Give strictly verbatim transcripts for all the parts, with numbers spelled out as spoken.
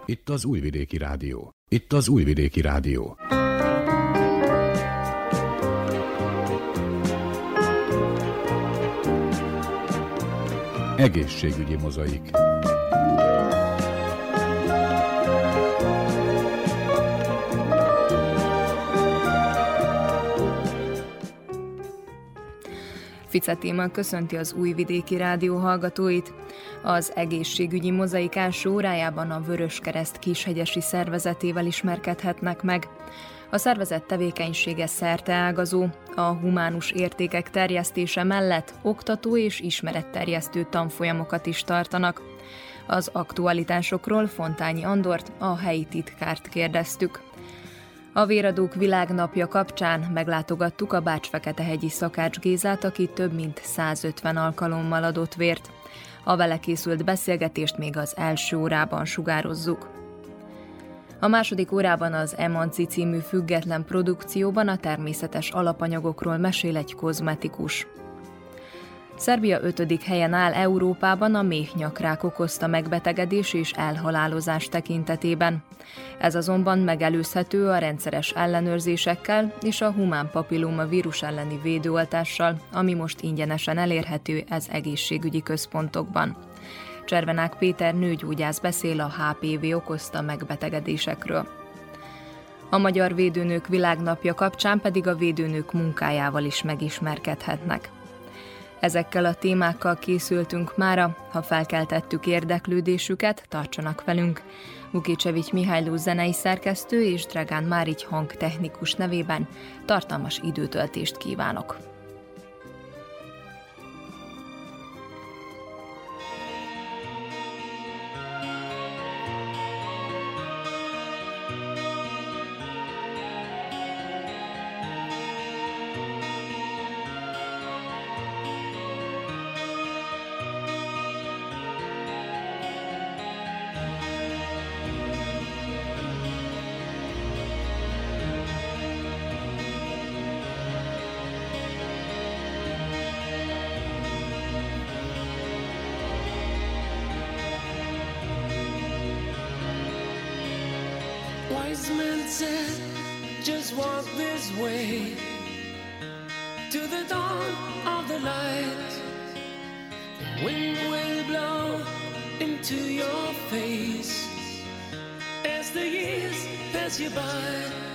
Itt az Újvidéki Rádió. Itt az Újvidéki Rádió. Egészségügyi mozaik. Fice Téma köszönti az Újvidéki Rádió hallgatóit. Az egészségügyi mozaik első órájában a Vöröskereszt kishegyesi szervezetével ismerkedhetnek meg. A szervezet tevékenysége szerteágazó, a humánus értékek terjesztése mellett oktató és ismeretterjesztő tanfolyamokat is tartanak. Az aktualitásokról Fontányi Andort, a helyi titkárt kérdeztük. A Véradók Világnapja kapcsán meglátogattuk a Bács-Feketehegyi Szakács Gézát, aki több mint százötven alkalommal adott vért. A vele készült beszélgetést még az első órában sugározzuk. A második órában az Emanci című független produkcióban a természetes alapanyagokról mesél egy kozmetikus. Szerbia ötödik helyen áll Európában a méhnyakrák okozta megbetegedés és elhalálozás tekintetében. Ez azonban megelőzhető a rendszeres ellenőrzésekkel és a humán papillóma vírus elleni védőoltással, ami most ingyenesen elérhető az egészségügyi központokban. Cservenák Péter nőgyógyász beszél a há pé vé okozta megbetegedésekről. A Magyar Védőnők Világnapja kapcsán pedig a védőnők munkájával is megismerkedhetnek. Ezekkel a témákkal készültünk mára, ha felkeltettük érdeklődésüket, tartsanak velünk. Vukicevics Mihályló zenei szerkesztő és Dragán Márigy hangtechnikus nevében tartalmas időtöltést kívánok. Wise men said, just walk this way to the dawn of the light. The wind will blow into your face as the years pass you by.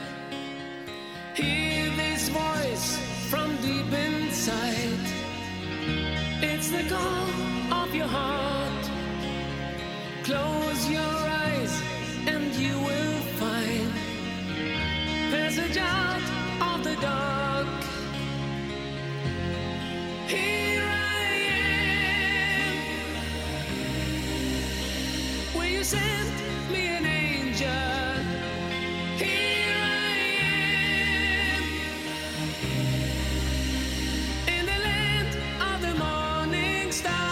Hear this voice from deep inside. It's the call of your heart. Close your eyes and you will find passage out of the dark. Here I am. Will you send me an angel? Here I am. In the land of the morning star.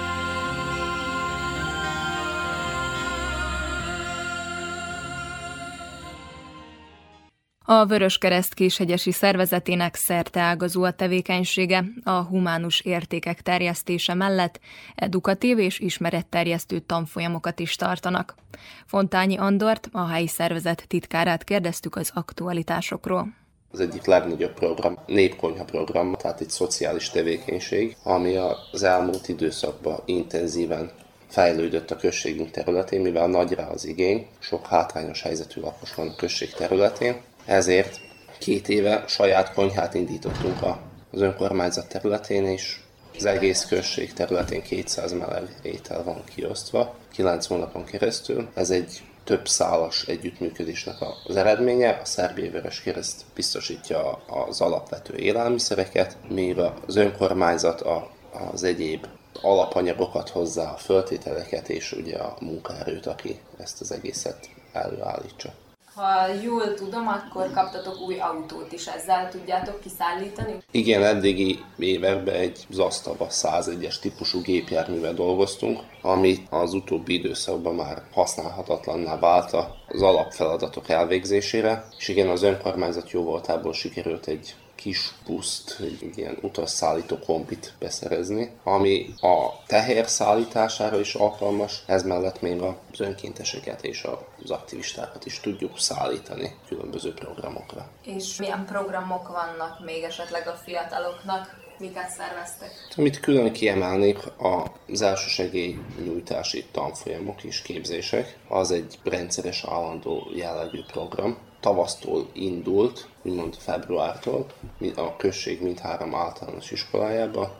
A Vöröskereszt kishegyesi szervezetének szerteágazó a tevékenysége, a humánus értékek terjesztése mellett edukatív és ismeretterjesztő tanfolyamokat is tartanak. Fontányi Andort, a helyi szervezet titkárát kérdeztük az aktualitásokról. Az egyik legnagyobb program, népkonyha program, tehát egy szociális tevékenység, ami az elmúlt időszakban intenzíven fejlődött a községünk területén, mivel nagyra az igény, sok hátrányos helyzetű lakos van a község területén. Ezért két éve saját konyhát indítottunk az önkormányzat területén, és az egész község területén kétszáz meleg étel van kiosztva, kilenc hónapon keresztül. Ez egy több szálas együttműködésnek az eredménye. A Szerbiai Vöröskereszt biztosítja az alapvető élelmiszereket, míg az önkormányzat az egyéb alapanyagokat hozzá, a föltételeket és ugye a munkaerőt, aki ezt az egészet előállítsa. Ha jól tudom, akkor kaptatok új autót is, ezzel tudjátok kiszállítani? Igen, eddigi években egy Zastava százegyes típusú gépjárművel dolgoztunk, ami az utóbbi időszakban már használhatatlanná vált az alapfeladatok elvégzésére. És igen, az önkormányzat jóvoltából sikerült egy kis buszt, egy ilyen utasszállító kombit beszerezni, ami a teher szállítására is alkalmas, ez mellett még az önkénteseket és az aktivistákat is tudjuk szállítani különböző programokra. És milyen programok vannak még esetleg a fiataloknak? Miket szerveztek? Amit külön kiemelnék, az elsősegély nyújtási tanfolyamok és képzések. Az egy rendszeres, állandó jellegű program. Tavasztól indult, úgymond februártól, a község mindhárom általános iskolájába.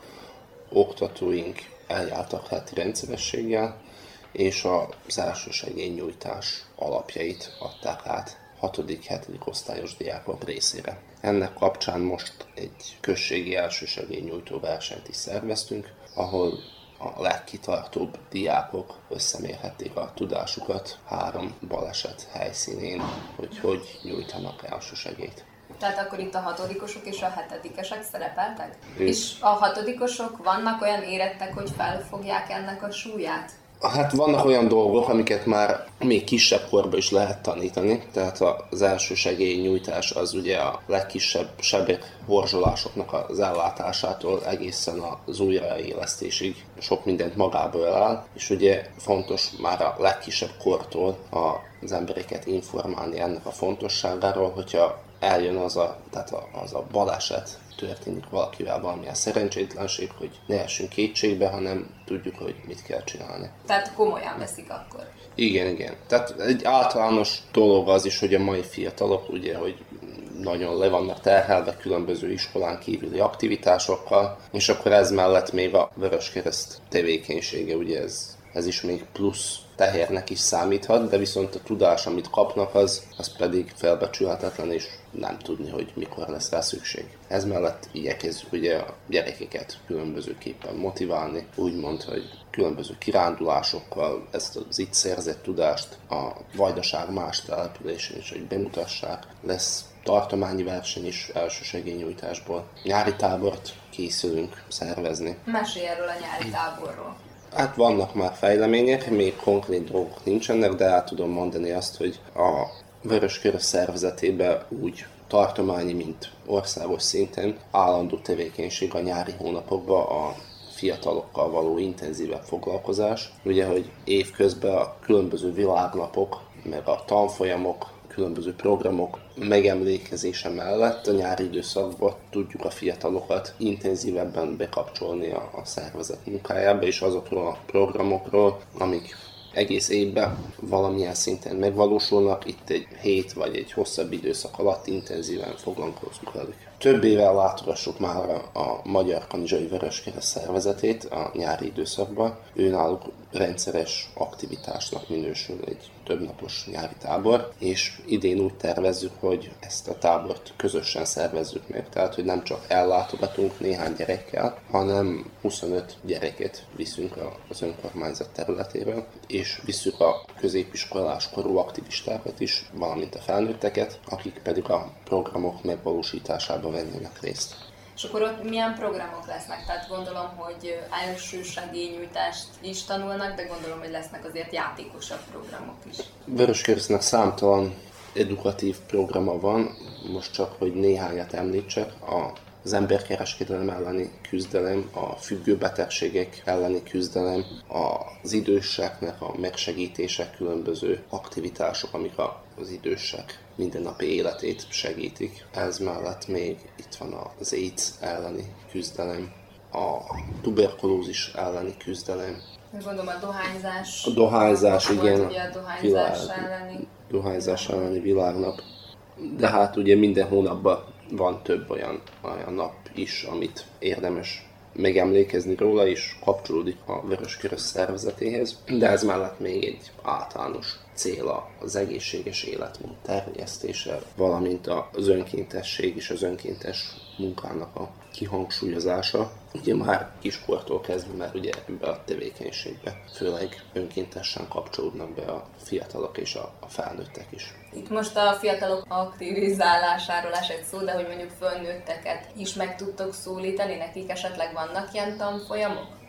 Oktatóink eljártak heti rendszerességgel, és az elsősegély nyújtás alapjait adták át hatodik-hetedik osztályos diákok részére. Ennek kapcsán most egy községi elsősegélynyújtó versenyt is szerveztünk, ahol a legkitartóbb diákok összemérhették a tudásukat három baleset helyszínén, hogy hogy nyújtanak elsősegélyt. Tehát akkor itt a hatodikosok és a hetedikesek szerepeltek? És, és a hatodikosok vannak olyan érettek, hogy felfogják ennek a súlyát? Hát vannak olyan dolgok, amiket már még kisebb korban is lehet tanítani, tehát az elsősegélynyújtás az ugye a legkisebb sebek, horzsolásoknak az ellátásától egészen az újraélesztésig sok mindent magából áll, és ugye fontos már a legkisebb kortól az embereket informálni ennek a fontosságáról, hogyha eljön az a, tehát az a baleset, történik valakivel valamilyen szerencsétlenség, hogy ne essünk kétségbe, hanem tudjuk, hogy mit kell csinálni. Tehát komolyan veszik akkor? Igen, igen. Tehát egy általános dolog az is, hogy a mai fiatalok ugye, hogy nagyon le vannak terhelve különböző iskolán kívüli aktivitásokkal, és akkor ez mellett még a Vöröskereszt tevékenysége, ugye ez, ez is még plusz tehernek is számíthat, de viszont a tudás, amit kapnak, az, az pedig felbecsülhetetlen, és nem tudni, hogy mikor lesz rá szükség. Ez mellett igyekezzük ugye a gyerekeket különbözőképpen motiválni, úgymond, hogy különböző kirándulásokkal ezt az itt szerzett tudást a Vajdaság más településén is, hogy bemutassák. Lesz tartományi verseny is elsősegélynyújtásból. Nyári tábort készülünk szervezni. Mesélj erről a nyári táborról. Hát vannak már fejlemények, még konkrét dolgok nincsenek, de el tudom mondani azt, hogy a Vöröskereszt szervezetében úgy tartományi, mint országos szinten állandó tevékenység a nyári hónapokban a fiatalokkal való intenzívebb foglalkozás. Ugye, hogy évközben a különböző világnapok, meg a tanfolyamok, különböző programok megemlékezése mellett a nyári időszakban tudjuk a fiatalokat intenzívebben bekapcsolni a, a szervezet munkájába, és azokról a programokról, amik egész évben valamilyen szinten megvalósulnak, itt egy hét vagy egy hosszabb időszak alatt intenzíven foglalkozunk velük. Több éve látogassuk már a Magyar Kanizsai Vöröskereszt szervezetét a nyári időszakban. Őnáluk rendszeres aktivitásnak minősül egy többnapos nyári tábor, és idén úgy tervezzük, hogy ezt a tábort közösen szervezzük meg, tehát hogy nem csak ellátogatunk néhány gyerekkel, hanem huszonöt gyereket viszünk az önkormányzat területéről, és visszük a középiskolás korú aktivistákat is, valamint a felnőtteket, akik pedig a programok megvalósításában vennének részt. És akkor ott milyen programok lesznek? Tehát gondolom, hogy elsősegélynyújtást is tanulnak, de gondolom, hogy lesznek azért játékosabb programok is. Vöröskeresztnek számtalan edukatív programa van, most csak, hogy néhányat említsek. Az emberkereskedelem elleni küzdelem, a függőbetegségek elleni küzdelem, az időseknek a megsegítése, különböző aktivitások, amik az idősek mindennapi életét segítik. Ez mellett még itt van az AIDS elleni küzdelem, a tuberkulózis elleni küzdelem. Gondolom a dohányzás. A dohányzás, a igen. Ugye a dohányzás világ, elleni. Dohányzás elleni világnap. De hát ugye minden hónapban van több olyan, olyan nap is, amit érdemes megemlékezni róla, és kapcsolódik a Vöröskereszt szervezetéhez. De ez mellett még egy általános cél az egészséges életmód terjesztése, valamint az önkéntesség és az önkéntes munkának a kihangsúlyozása. Ugye már kiskortól kezdve, mert ugye ebbe a tevékenységbe főleg önkéntesen kapcsolódnak be a fiatalok és a, a felnőttek is. Itt most a fiatalok aktivizálásáról esett szó, de hogy mondjuk felnőtteket is meg tudtok szólítani, nekik esetleg vannak ilyen tanfolyamok?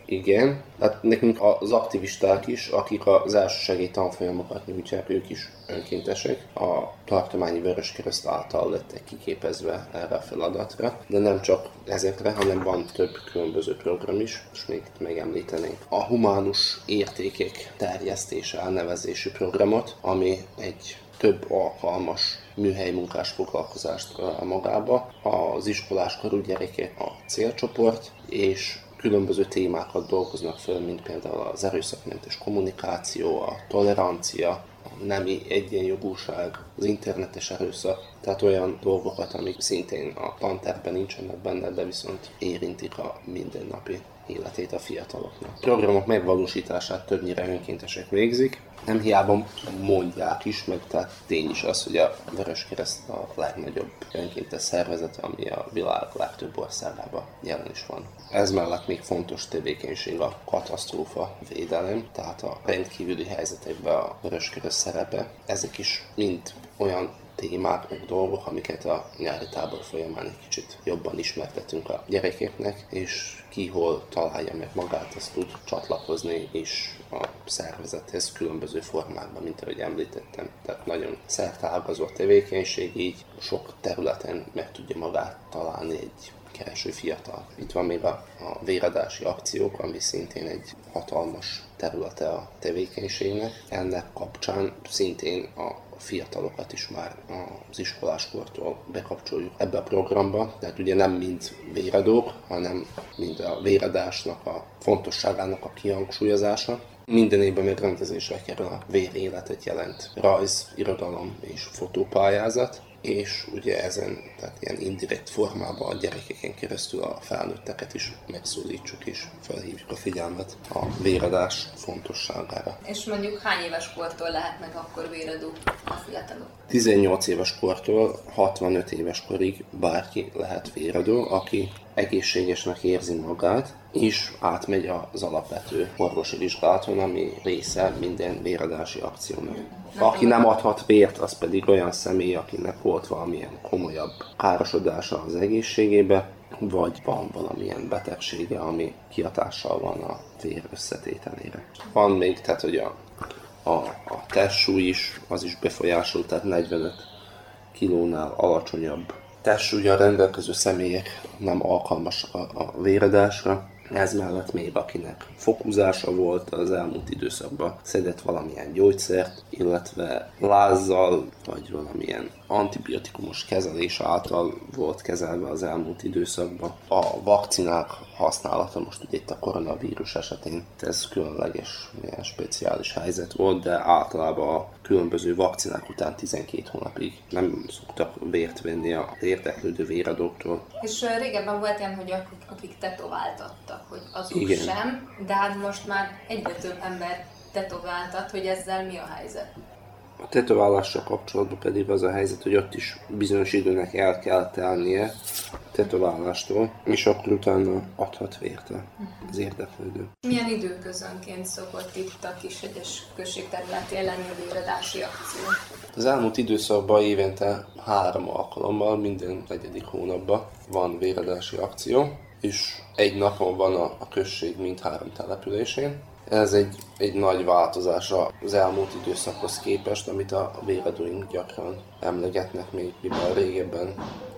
Igen, hát nekünk az aktivisták is, akik az elsősegély tanfolyamokat nyújtják, ők is önkéntesek. A tartományi Vöröskereszt által lettek kiképezve erre a feladatra, de nem csak ezekre, hanem van több különböző program is, és még megemlítenénk a humánus értékek terjesztése elnevezésű programot, ami egy több alkalmas műhelymunkás foglalkozást magába. Az iskoláskorú gyerekek a célcsoport, és különböző témákat dolgoznak föl, mint például az erőszakmentes kommunikáció, a tolerancia, a nemi egyenjogúság, az internetes erőszak, tehát olyan dolgokat, amik szintén a tantervben nincsenek benne, de viszont érintik a mindennapi életét a fiataloknak. A programok megvalósítását többnyire önkéntesek végzik. Nem hiába mondják is, meg tehát tény is az, hogy a Vöröskereszt a legnagyobb önkéntes szervezet, ami a világ legtöbb országában jelen is van. Ez mellett még fontos tevékenység a katasztrófa védelem, tehát a rendkívüli helyzetekben a Vöröskereszt szerepe. Ezek is mind olyan témák, meg dolgok, amiket a nyári tábor folyamán egy kicsit jobban ismertetünk a gyerekeknek, és ki hol találja meg magát, azt tud csatlakozni is a szervezethez különböző formákban, mint ahogy említettem. Tehát nagyon szerteágazó tevékenység, így sok területen meg tudja magát találni egy kereső fiatal. Itt van még a, a véradási akciók, ami szintén egy hatalmas területe a tevékenységnek. Ennek kapcsán szintén a fiatalokat is már az iskoláskortól bekapcsoljuk ebbe a programba, tehát ugye nem mind véradók, hanem mind a véradásnak a fontosságának a kihangsúlyozása. Minden évben megrendezésre kerül a Véréletet jelent rajz, irodalom és fotópályázat, és ugye ezen, tehát ilyen indirekt formában a gyerekeken keresztül a felnőtteket is megszólítsuk és felhívjuk a figyelmet a véradás fontosságára. És mondjuk hány éves kortól lehetnek akkor véradók a fiatalok? tizennyolc éves kortól hatvanöt éves korig bárki lehet véradó, aki egészségesnek érzi magát, és átmegy az alapvető orvosi vizsgálaton, ami része minden véradási akciónak. Aki nem adhat vért, az pedig olyan személy, akinek volt valamilyen komolyabb károsodása az egészségébe, vagy van valamilyen betegsége, ami kihatással van a vér összetételére. Van még, tehát hogy a, a, a testsúly is, az is befolyásol, tehát negyvenöt kilónál alacsonyabb testsúllyal rendelkező személyek nem alkalmasak a, a véradásra. Ez mellett még akinek fokhúzása volt az elmúlt időszakban, szedett valamilyen gyógyszert, illetve lázzal vagy valamilyen antibiotikumos kezelés által volt kezelve az elmúlt időszakban. A vakcinák használata most ugye itt a koronavírus esetén ez különleges, ilyen speciális helyzet volt, de általában a különböző vakcinák után tizenkét hónapig nem szoktak vért venni a érdeklődő véradóktól. És régebben volt ilyen, hogy akik, akik tetováltattak, hogy azok Igen. sem, de hát most már egyre több ember tetováltat, hogy ezzel mi a helyzet? A tetoválással kapcsolatban pedig az a helyzet, hogy ott is bizonyos időnek el kell telnie a tetoválástól, és akkor utána adhat vért az érdeklődő. Milyen időközönként szokott itt a Kishegyes község területén lenni a véradási akció? Az elmúlt időszakban évente három alkalommal, minden negyedik hónapban van véradási akció, és egy napon van a, a község mindhárom településén. Ez egy, egy nagy változás az elmúlt időszakhoz képest, amit a véradóink gyakran emlegetnek még, mivel régebben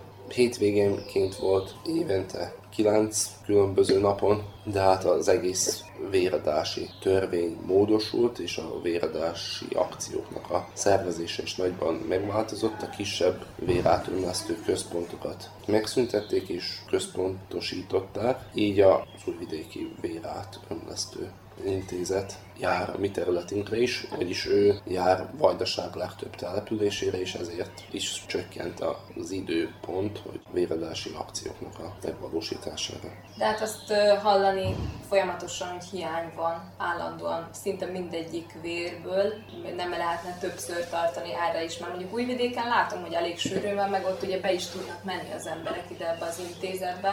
hétvégénként volt évente kilenc különböző napon, de hát az egész véradási törvény módosult, és a véradási akcióknak a szervezése is nagyban megváltozott. A kisebb vérátömlesztő központokat megszüntették és központosították, így az Újvidéki Vérátömlesztő Intézet jár a mi területünkre is, vagyis ő jár Vajdaság legtöbb településére, és ezért is csökkent az időpont, hogy véradási akcióknak a megvalósítására. De hát azt hallani folyamatosan, hogy hiány van állandóan szinte mindegyik vérből, nem lehetne többször tartani erre is, mert mondjuk Újvidéken látom, hogy elég sűrűn van, meg ott ugye be is tudnak menni az emberek ide ebbe az intézetbe,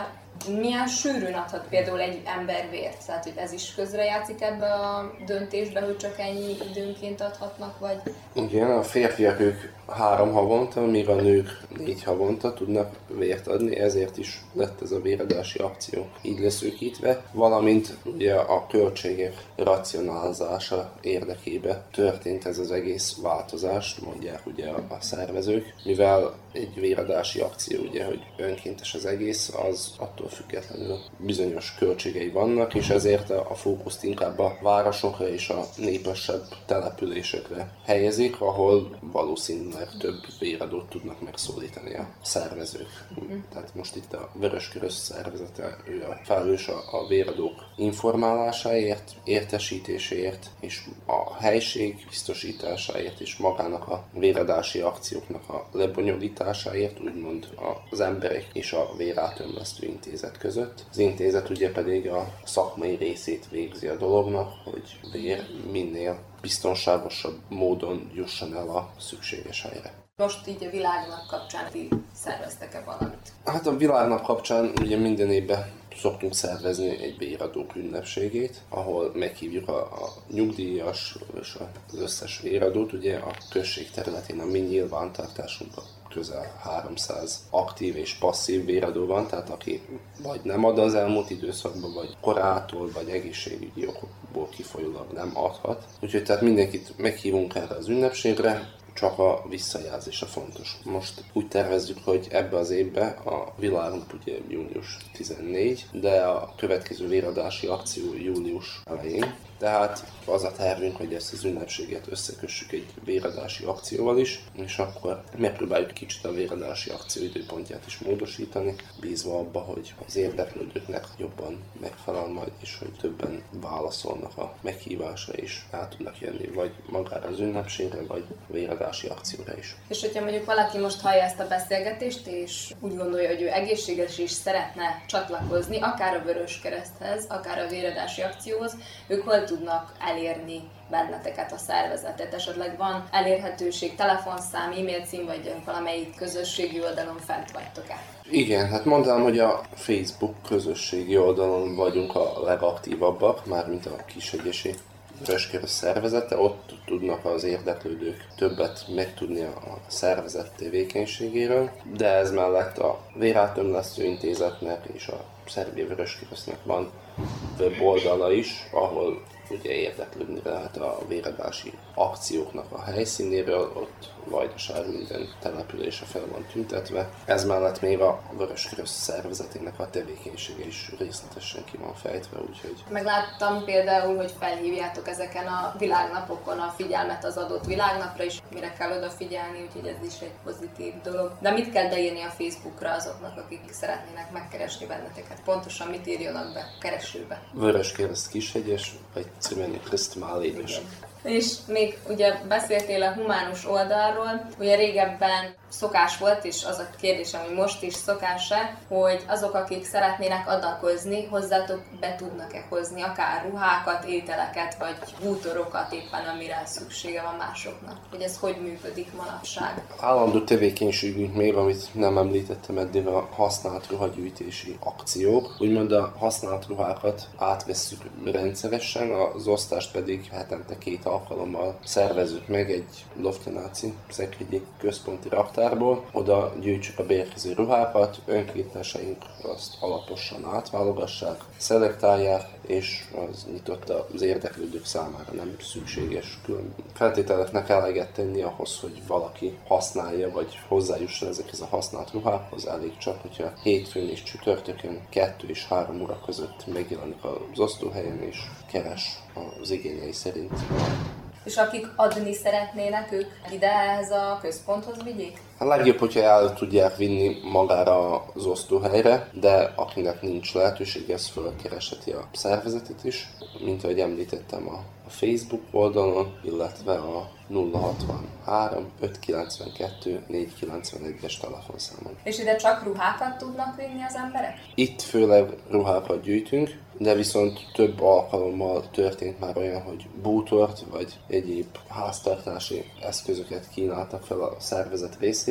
Milyen sűrűn adhat például egy ember vért? Tehát, hogy ez is közrejátszik ebbe a döntésbe, hogy csak ennyi időnként adhatnak, vagy? Igen, a férfiak ők három havonta, míg a nők négy havonta tudnak vért adni, ezért is lett ez a véradási akció így leszűkítve, valamint ugye a költségek racionalizása érdekében történt ez az egész változás, mondják ugye a szervezők, mivel egy véradási akció, ugye, hogy önkéntes az egész, az attól függetlenül bizonyos költségei vannak, és ezért a fókuszt inkább a városokra és a népesebb településekre helyezik, ahol valószínűleg több véradót tudnak megszólítani a szervezők. Mm. Tehát most itt a Vöröskereszt szervezete, ő a felelős a véradók informálásáért, értesítéséért, és a helység biztosításáért, és magának a véradási akcióknak a lebonyolításáért, úgymond az emberek és a Vérátömlesztő Intézet között. Az intézet ugye pedig a szakmai részét végzi a dolognak, hogy vér minél biztonságosabb módon jusson el a szükséges helyre. Most így a világnap kapcsán ti szerveztek-e valamit? Hát a világnap kapcsán ugye minden évben szoktunk szervezni egy véradók ünnepségét, ahol meghívjuk a, a nyugdíjas és az összes véradót, ugye a község területén a mi nyilvántartásunkban közel háromszáz aktív és passzív véradó van, tehát aki vagy nem ad az elmúlt időszakban, vagy korától, vagy egészségügyi okokból kifolyólag nem adhat. Úgyhogy tehát mindenkit meghívunk erre az ünnepségre, csak a visszajelzése fontos. Most úgy tervezzük, hogy ebbe az évbe a világnap ugye június tizennégy, de a következő véradási akció július elején. Tehát az a tervünk, hogy ezt az ünnepséget összekössük egy véradási akcióval is, és akkor megpróbáljuk kicsit a véradási akció időpontját is módosítani, bízva abba, hogy az érdeklődőknek jobban megfelel majd, és hogy többen válaszolnak a meghívásra is, el tudnak jönni, vagy magára az ünnepségre, vagy véradási akcióra is. És hogyha mondjuk valaki most hallja ezt a beszélgetést, és úgy gondolja, hogy ő egészséges is szeretne csatlakozni, akár a Vöröskereszthez, akár a véradási akcióhoz, ők hol tudnak elérni benneteket, a szervezetet? Esetleg van elérhetőség, telefonszám, e-mail cím, vagy valamelyik közösségi oldalon fent vagytok-e? Igen, hát mondanám, hogy a Facebook közösségi oldalon vagyunk a legaktívabbak, mármint a Kishegyesi Vöröskereszt szervezete, ott tudnak az érdeklődők többet megtudni a szervezet tevékenységéről, de ez mellett a Vérátömlesztő Intézetnek és a Szerbia Vöröskeresztnek van weboldala is, ahol ugye érdeklődni lehet a véradási akcióknak a helyszínéről, ott Vajdaság minden települése fel van tüntetve. Ez mellett még a Vöröskereszt szervezetének a tevékenysége is részletesen ki van fejtve, úgyhogy... Megláttam például, hogy felhívjátok ezeken a világnapokon a figyelmet az adott világnapra is, mire kell odafigyelni, úgyhogy ez is egy pozitív dolog. De mit kell beírni a Facebookra azoknak, akik szeretnének megkeresni benneteket? Pontosan mit írjanak be a keresőbe? Vöröskereszt Kishegyes, vagy Crveni Krst Mali. És még ugye beszéltél a humánus oldalról, ugye régebben szokás volt, és az a kérdésem, hogy most is szokás-e, hogy azok, akik szeretnének adakozni, hozzátok be tudnak-e hozni akár ruhákat, ételeket, vagy bútorokat éppen, amire szüksége van másoknak. Hogy ez hogy működik manapság? Állandó tevékenységünk még, amit nem említettem eddig, a használt ruhagyűjtési akciók. Úgymond a használt ruhákat átvesszük rendszeresen, az osztást pedig hetente két alkalommal szervezzük meg egy Lovtyanáci Szekrényi központi raktárból. Oda gyűjtsük a beérkező ruhákat, önkénteseink azt alaposan átválogassák, szelektálják, és az nyitott az érdeklődők számára, nem szükséges külön feltételeknek eleget tenni ahhoz, hogy valaki használja, vagy hozzájusson ezekhez a használt ruhákhoz. Elég csak, hogyha hétfőn és csütörtökön kettő és három óra között megjelenik az osztóhelyen és keres az igényei szerint. És akik adni szeretnének, ők ide ehhez a központhoz vigyék? A legjobb, hogyha el tudják vinni magára az osztóhelyre, de akinek nincs lehetőség, ez fölkeresheti a szervezetet is. Mint ahogy említettem, a Facebook oldalon, illetve a nulla hatvanhárom ötszázkilencvenkettő négyszázkilencvenegy-es telefonszámon. És ide csak ruhákat tudnak vinni az emberek? Itt főleg ruhákat gyűjtünk, de viszont több alkalommal történt már olyan, hogy bútort vagy egyéb háztartási eszközöket kínáltak fel a szervezet részére,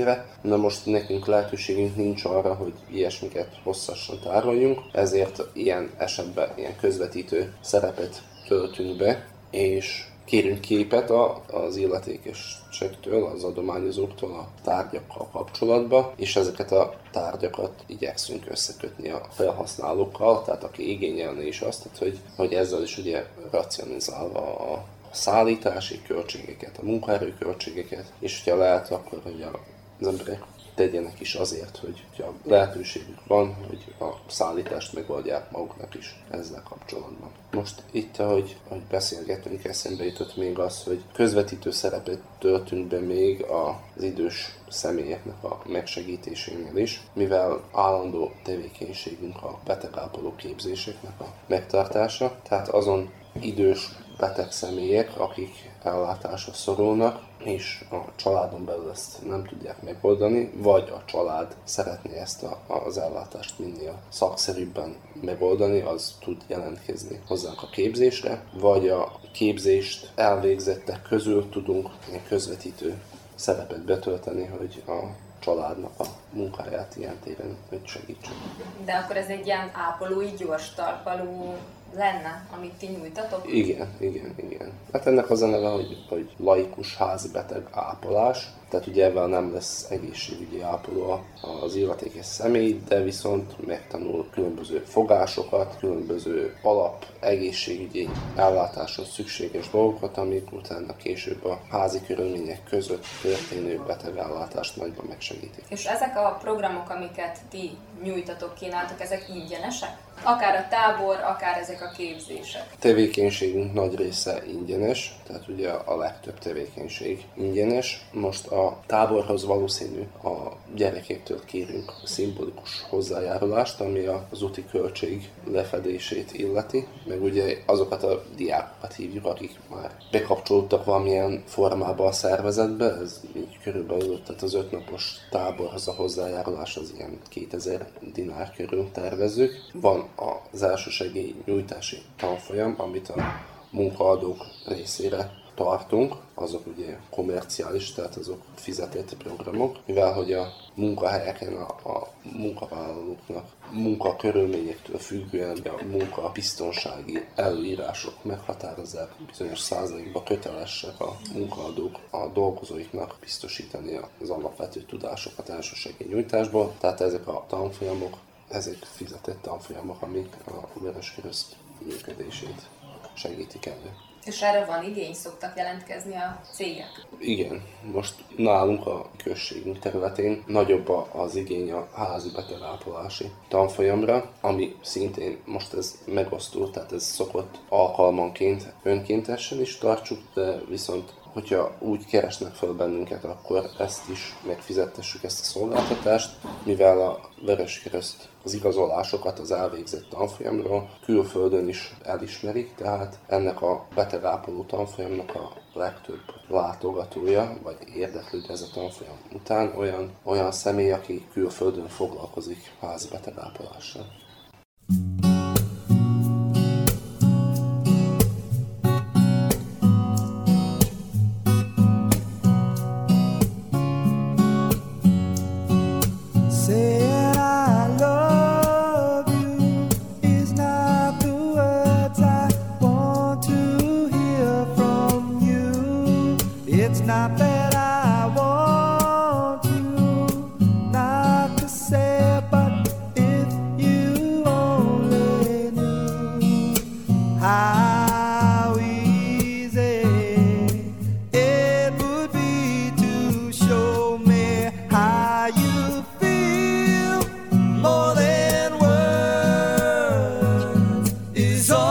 messzire. Na most nekünk lehetőségünk nincs arra, hogy ilyesmiket hosszasan tároljunk, ezért ilyen esetben ilyen közvetítő szerepet töltünk be, és kérünk képet az illetékesektől, az adományozóktól a tárgyakkal kapcsolatban, és ezeket a tárgyakat igyekszünk összekötni a felhasználókkal, tehát aki igényelne is azt, hogy, hogy ezzel is ugye racionalizálva a szállítási költségeket, a munkaerő költségeket, és hogyha lehet, akkor hogy az emberek tegyenek is azért, hogy ha lehetőségük van, hogy a szállítást megoldják maguknak is ezzel kapcsolatban. Most itt, ahogy, ahogy beszélgetünk, eszembe jutott még az, hogy közvetítő szerepet töltünk be még az idős személyeknek a megsegítésénél is, mivel állandó tevékenységünk a betegápoló képzéseknek a megtartása, tehát azon idős beteg személyek, akik ellátásra szorulnak, és a családon belül ezt nem tudják megoldani, vagy a család szeretné ezt a, az ellátást minél szakszerűbben megoldani, az tud jelentkezni hozzánk a képzésre, vagy a képzést elvégzettek közül tudunk egy közvetítő szerepet betölteni, hogy a családnak a munkáját ilyen téren segítsük. De akkor ez egy ilyen ápolói gyors talpaló lenne, amit ti nyújtatok? Igen, igen, igen. Hát ennek az a neve, hogy, hogy laikus házibeteg ápolás. Tehát ugye ebben nem lesz egészségügyi ápoló az illetékes személy, de viszont megtanul különböző fogásokat, különböző alap egészségügyi ellátáshoz szükséges dolgokat, amik utána később a házi körülmények között történő betegállátást nagyban megsegítik. És ezek a programok, amiket ti nyújtatok, kínáltok, ezek ingyenesek? Akár a tábor, akár ezek a képzések? Tevékenységünk nagy része ingyenes, tehát ugye a legtöbb tevékenység ingyenes. Most a táborhoz valószínű a gyerekektől kérünk szimbolikus hozzájárulást, ami az úti költség lefedését illeti, meg ugye azokat a diákokat hívjuk, akik már bekapcsolódtak valamilyen formában a szervezetbe, ez így körülbelül, tehát az ötnapos táborhoz a hozzájárulás az ilyen kétezer dinár körül tervezzük. Van az elsősegély nyújtási tanfolyam, amit a munkaadók részére tartunk, azok ugye komerciális, tehát azok fizetett programok, mivel hogy a munkahelyeken a, a munkavállalóknak munkakörülményektől függően a munkabiztonsági előírások meghatározzák, bizonyos százalékban kötelesek a munkaadók a dolgozóiknak biztosítani az alapvető tudásokat elsősegély nyújtásból, tehát ezek a tanfolyamok, ezek fizetett tanfolyamok, amik a Vöröskereszt működését segítik elő. És erre van igény, szoktak jelentkezni a cégek? Igen, most nálunk a községünk területén nagyobb az igény a házi betegápolási tanfolyamra, ami szintén most ez megosztó, tehát ez szokott alkalmanként önkéntesen is tartsuk, de viszont hogyha úgy keresnek fel bennünket, akkor ezt is megfizettessük, ezt a szolgáltatást, mivel a Vöröskereszt az igazolásokat az elvégzett tanfolyamról külföldön is elismerik, tehát ennek a betegápoló tanfolyamnak a legtöbb látogatója, vagy érdeklődő ez a tanfolyam után olyan, olyan személy, aki külföldön foglalkozik házi betegápolással.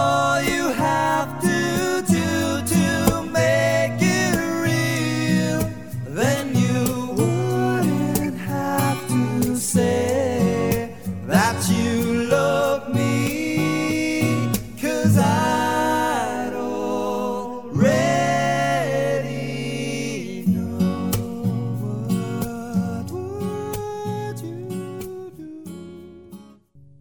All you have to do to make it real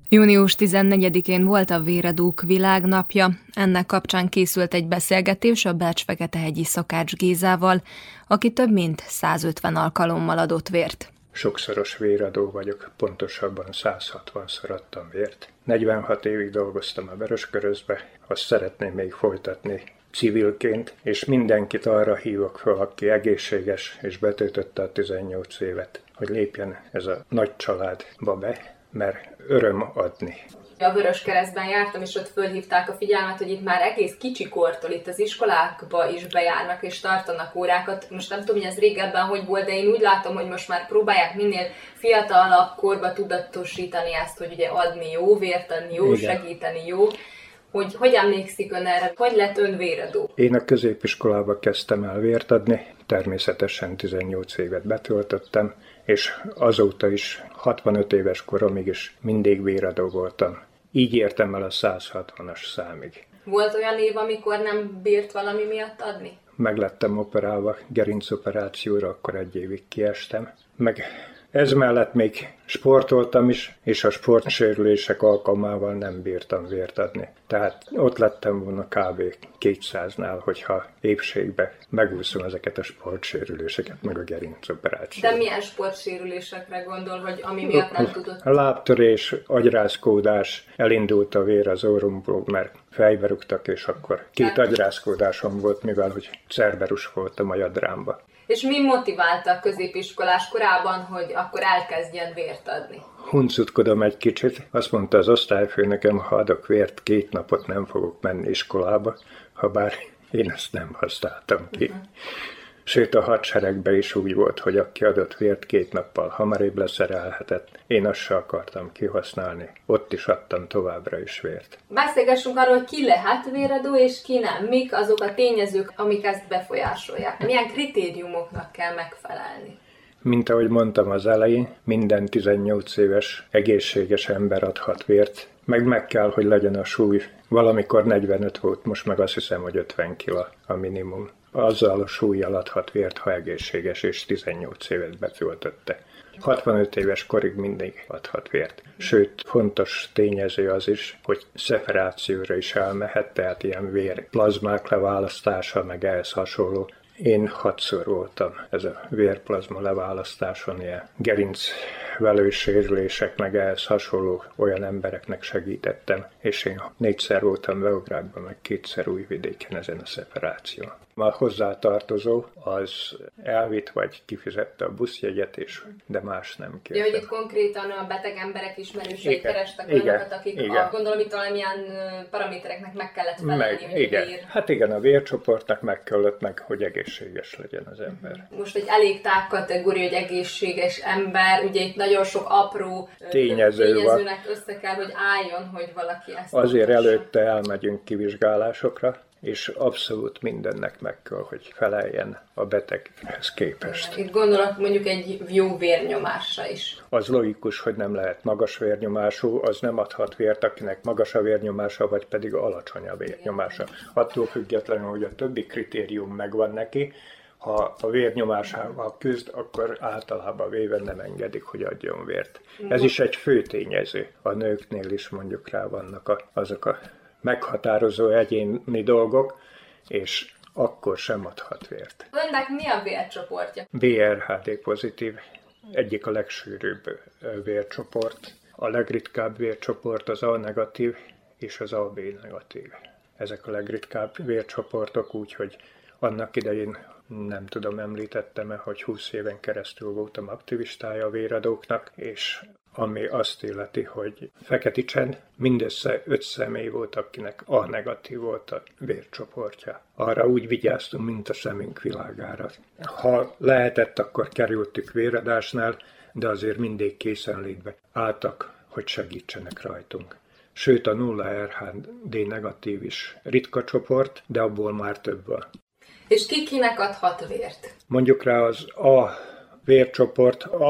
június tizennegyedikén volt a Véradók világnapja. Ennek kapcsán készült egy beszélgetés a Bács-Feketehegyi Szakács Gézával, aki több mint százötven alkalommal adott vért. Sokszoros véradó vagyok, pontosabban száz hatvanszor adtam vért. negyvenhat évig dolgoztam a Vöröskörözbe, azt szeretném még folytatni civilként, és mindenkit arra hívok fel, aki egészséges és betöltötte a tizennyolc évet, hogy lépjen ez a nagy családba be, mert öröm adni. A Vöröskeresztben jártam, és ott fölhívták a figyelmet, hogy itt már egész kicsikortól itt az iskolákba is bejárnak és tartanak órákat. Most nem tudom, hogy ez régebben hogy volt, de én úgy látom, hogy most már próbálják minél fiatalabb korba tudatosítani ezt, hogy ugye adni jó, vért adni jó, igen, segíteni jó. Hogy hogy emlékszik ön erre? Hogy lett ön véradó? Én a középiskolába kezdtem el vért adni, természetesen tizennyolc évet betöltöttem, és azóta is hatvanöt éves koromig is mindig véradó voltam. Így értem el a száz hatvanas számig. Volt olyan év, amikor nem bírt valami miatt adni? Meg lettem operálva gerincoperációra, akkor egy évig kiestem. Meg ez mellett még sportoltam is, és a sportsérülések alkalmával nem bírtam vért adni. Tehát ott lettem volna kb. kétszáznál, hogyha épségbe megúszom ezeket a sportsérüléseket, meg a gerincoperációt. De milyen sportsérülésekre gondol, hogy ami miatt nem tudott? A lábtörés, agyrázkódás, elindult a vér az orromból, mert fejbe rúgtak, és akkor két agyrázkódásom volt, mivel hogy cerberus voltam a jadrámba. És mi motiválta a középiskolás korában, hogy akkor elkezdjen vért adni? Huncutkodom egy kicsit. Azt mondta az osztályfőnököm, ha adok vért, két napot nem fogok menni iskolába, habár én ezt nem használtam ki. Uh-huh. Sőt, a hadseregben is úgy volt, hogy aki adott vért, két nappal hamarabb leszerelhetett. Én azt se akartam kihasználni. Ott is adtam továbbra is vért. Beszélgessünk arról, hogy ki lehet véradó és ki nem. Mik azok a tényezők, amik ezt befolyásolják? Milyen kritériumoknak kell megfelelni? Mint ahogy mondtam az elején, minden tizennyolc éves egészséges ember adhat vért, meg meg kell, hogy legyen a súly. Valamikor negyvenöt volt, most meg azt hiszem, hogy ötven kiló a minimum. Azzal a súlyjal adhat vért, ha egészséges és tizennyolc évet betöltötte. hatvanöt éves korig mindig adhat vért. Sőt, fontos tényező az is, hogy szeparációra is elmehet, tehát ilyen vérplazmák leválasztása, meg ehhez hasonló. Én hatszor voltam ez a vérplazma leválasztáson, ilyen gerincvelő sérülések, meg ehhez hasonló olyan embereknek segítettem, és én négyszer voltam Beográdban, meg kétszer Újvidéken ezen a szeparáción. A hozzátartozó az elvitt vagy kifizette a buszjegyet is, de más nem kérte. Ja, hogy itt konkrétan a beteg emberek ismerőseit kerestek olyanokat, akik a, gondolom itt valamilyen paramétereknek meg kellett felelni, meg, hogy igen. vér. Hát igen, a vércsoportnak meg kellett meg, hogy egészséges legyen az ember. Most egy elég tág kategória, hogy egészséges ember, ugye itt nagyon sok apró Tényező tényezőnek van. Össze kell, hogy álljon, hogy valaki ezt Azért tudassa. Előtte elmegyünk kivizsgálásokra, és abszolút mindennek meg kell, hogy feleljen a beteghez képest. Itt gondolok mondjuk egy jó vérnyomásra is. Az logikus, hogy nem lehet magas vérnyomású, az nem adhat vért, akinek magas a vérnyomása, vagy pedig alacsony a vérnyomása. Attól függetlenül, hogy a többi kritérium megvan neki, ha a vérnyomásával küzd, akkor általában véve nem engedik, hogy adjon vért. Ez is egy fő tényező. A nőknél is mondjuk rá vannak a, azok a meghatározó egyéni dolgok, és akkor sem adhat vért. Önnek mi a vércsoportja? bé er há dé pozitív, egyik a legsűrűbb vércsoport. A legritkább vércsoport az A negatív és az á bé negatív. Ezek a legritkább vércsoportok, úgyhogy annak idején nem tudom, említettem-e, hogy húsz éven keresztül voltam aktivistája a véradóknak, és ami azt illeti, hogy Feketicsen mindössze öt személy volt, akinek A negatív volt a vércsoportja. Arra úgy vigyáztunk, mint a szemünk világára. Ha lehetett, akkor kerültük véradásnál, de azért mindig készenlétbe álltak, hogy segítsenek rajtunk. Sőt, a nulla er há dé negatív is ritka csoport, de abból már több van. És ki kinek adhat vért? Mondjuk rá az A vércsoport A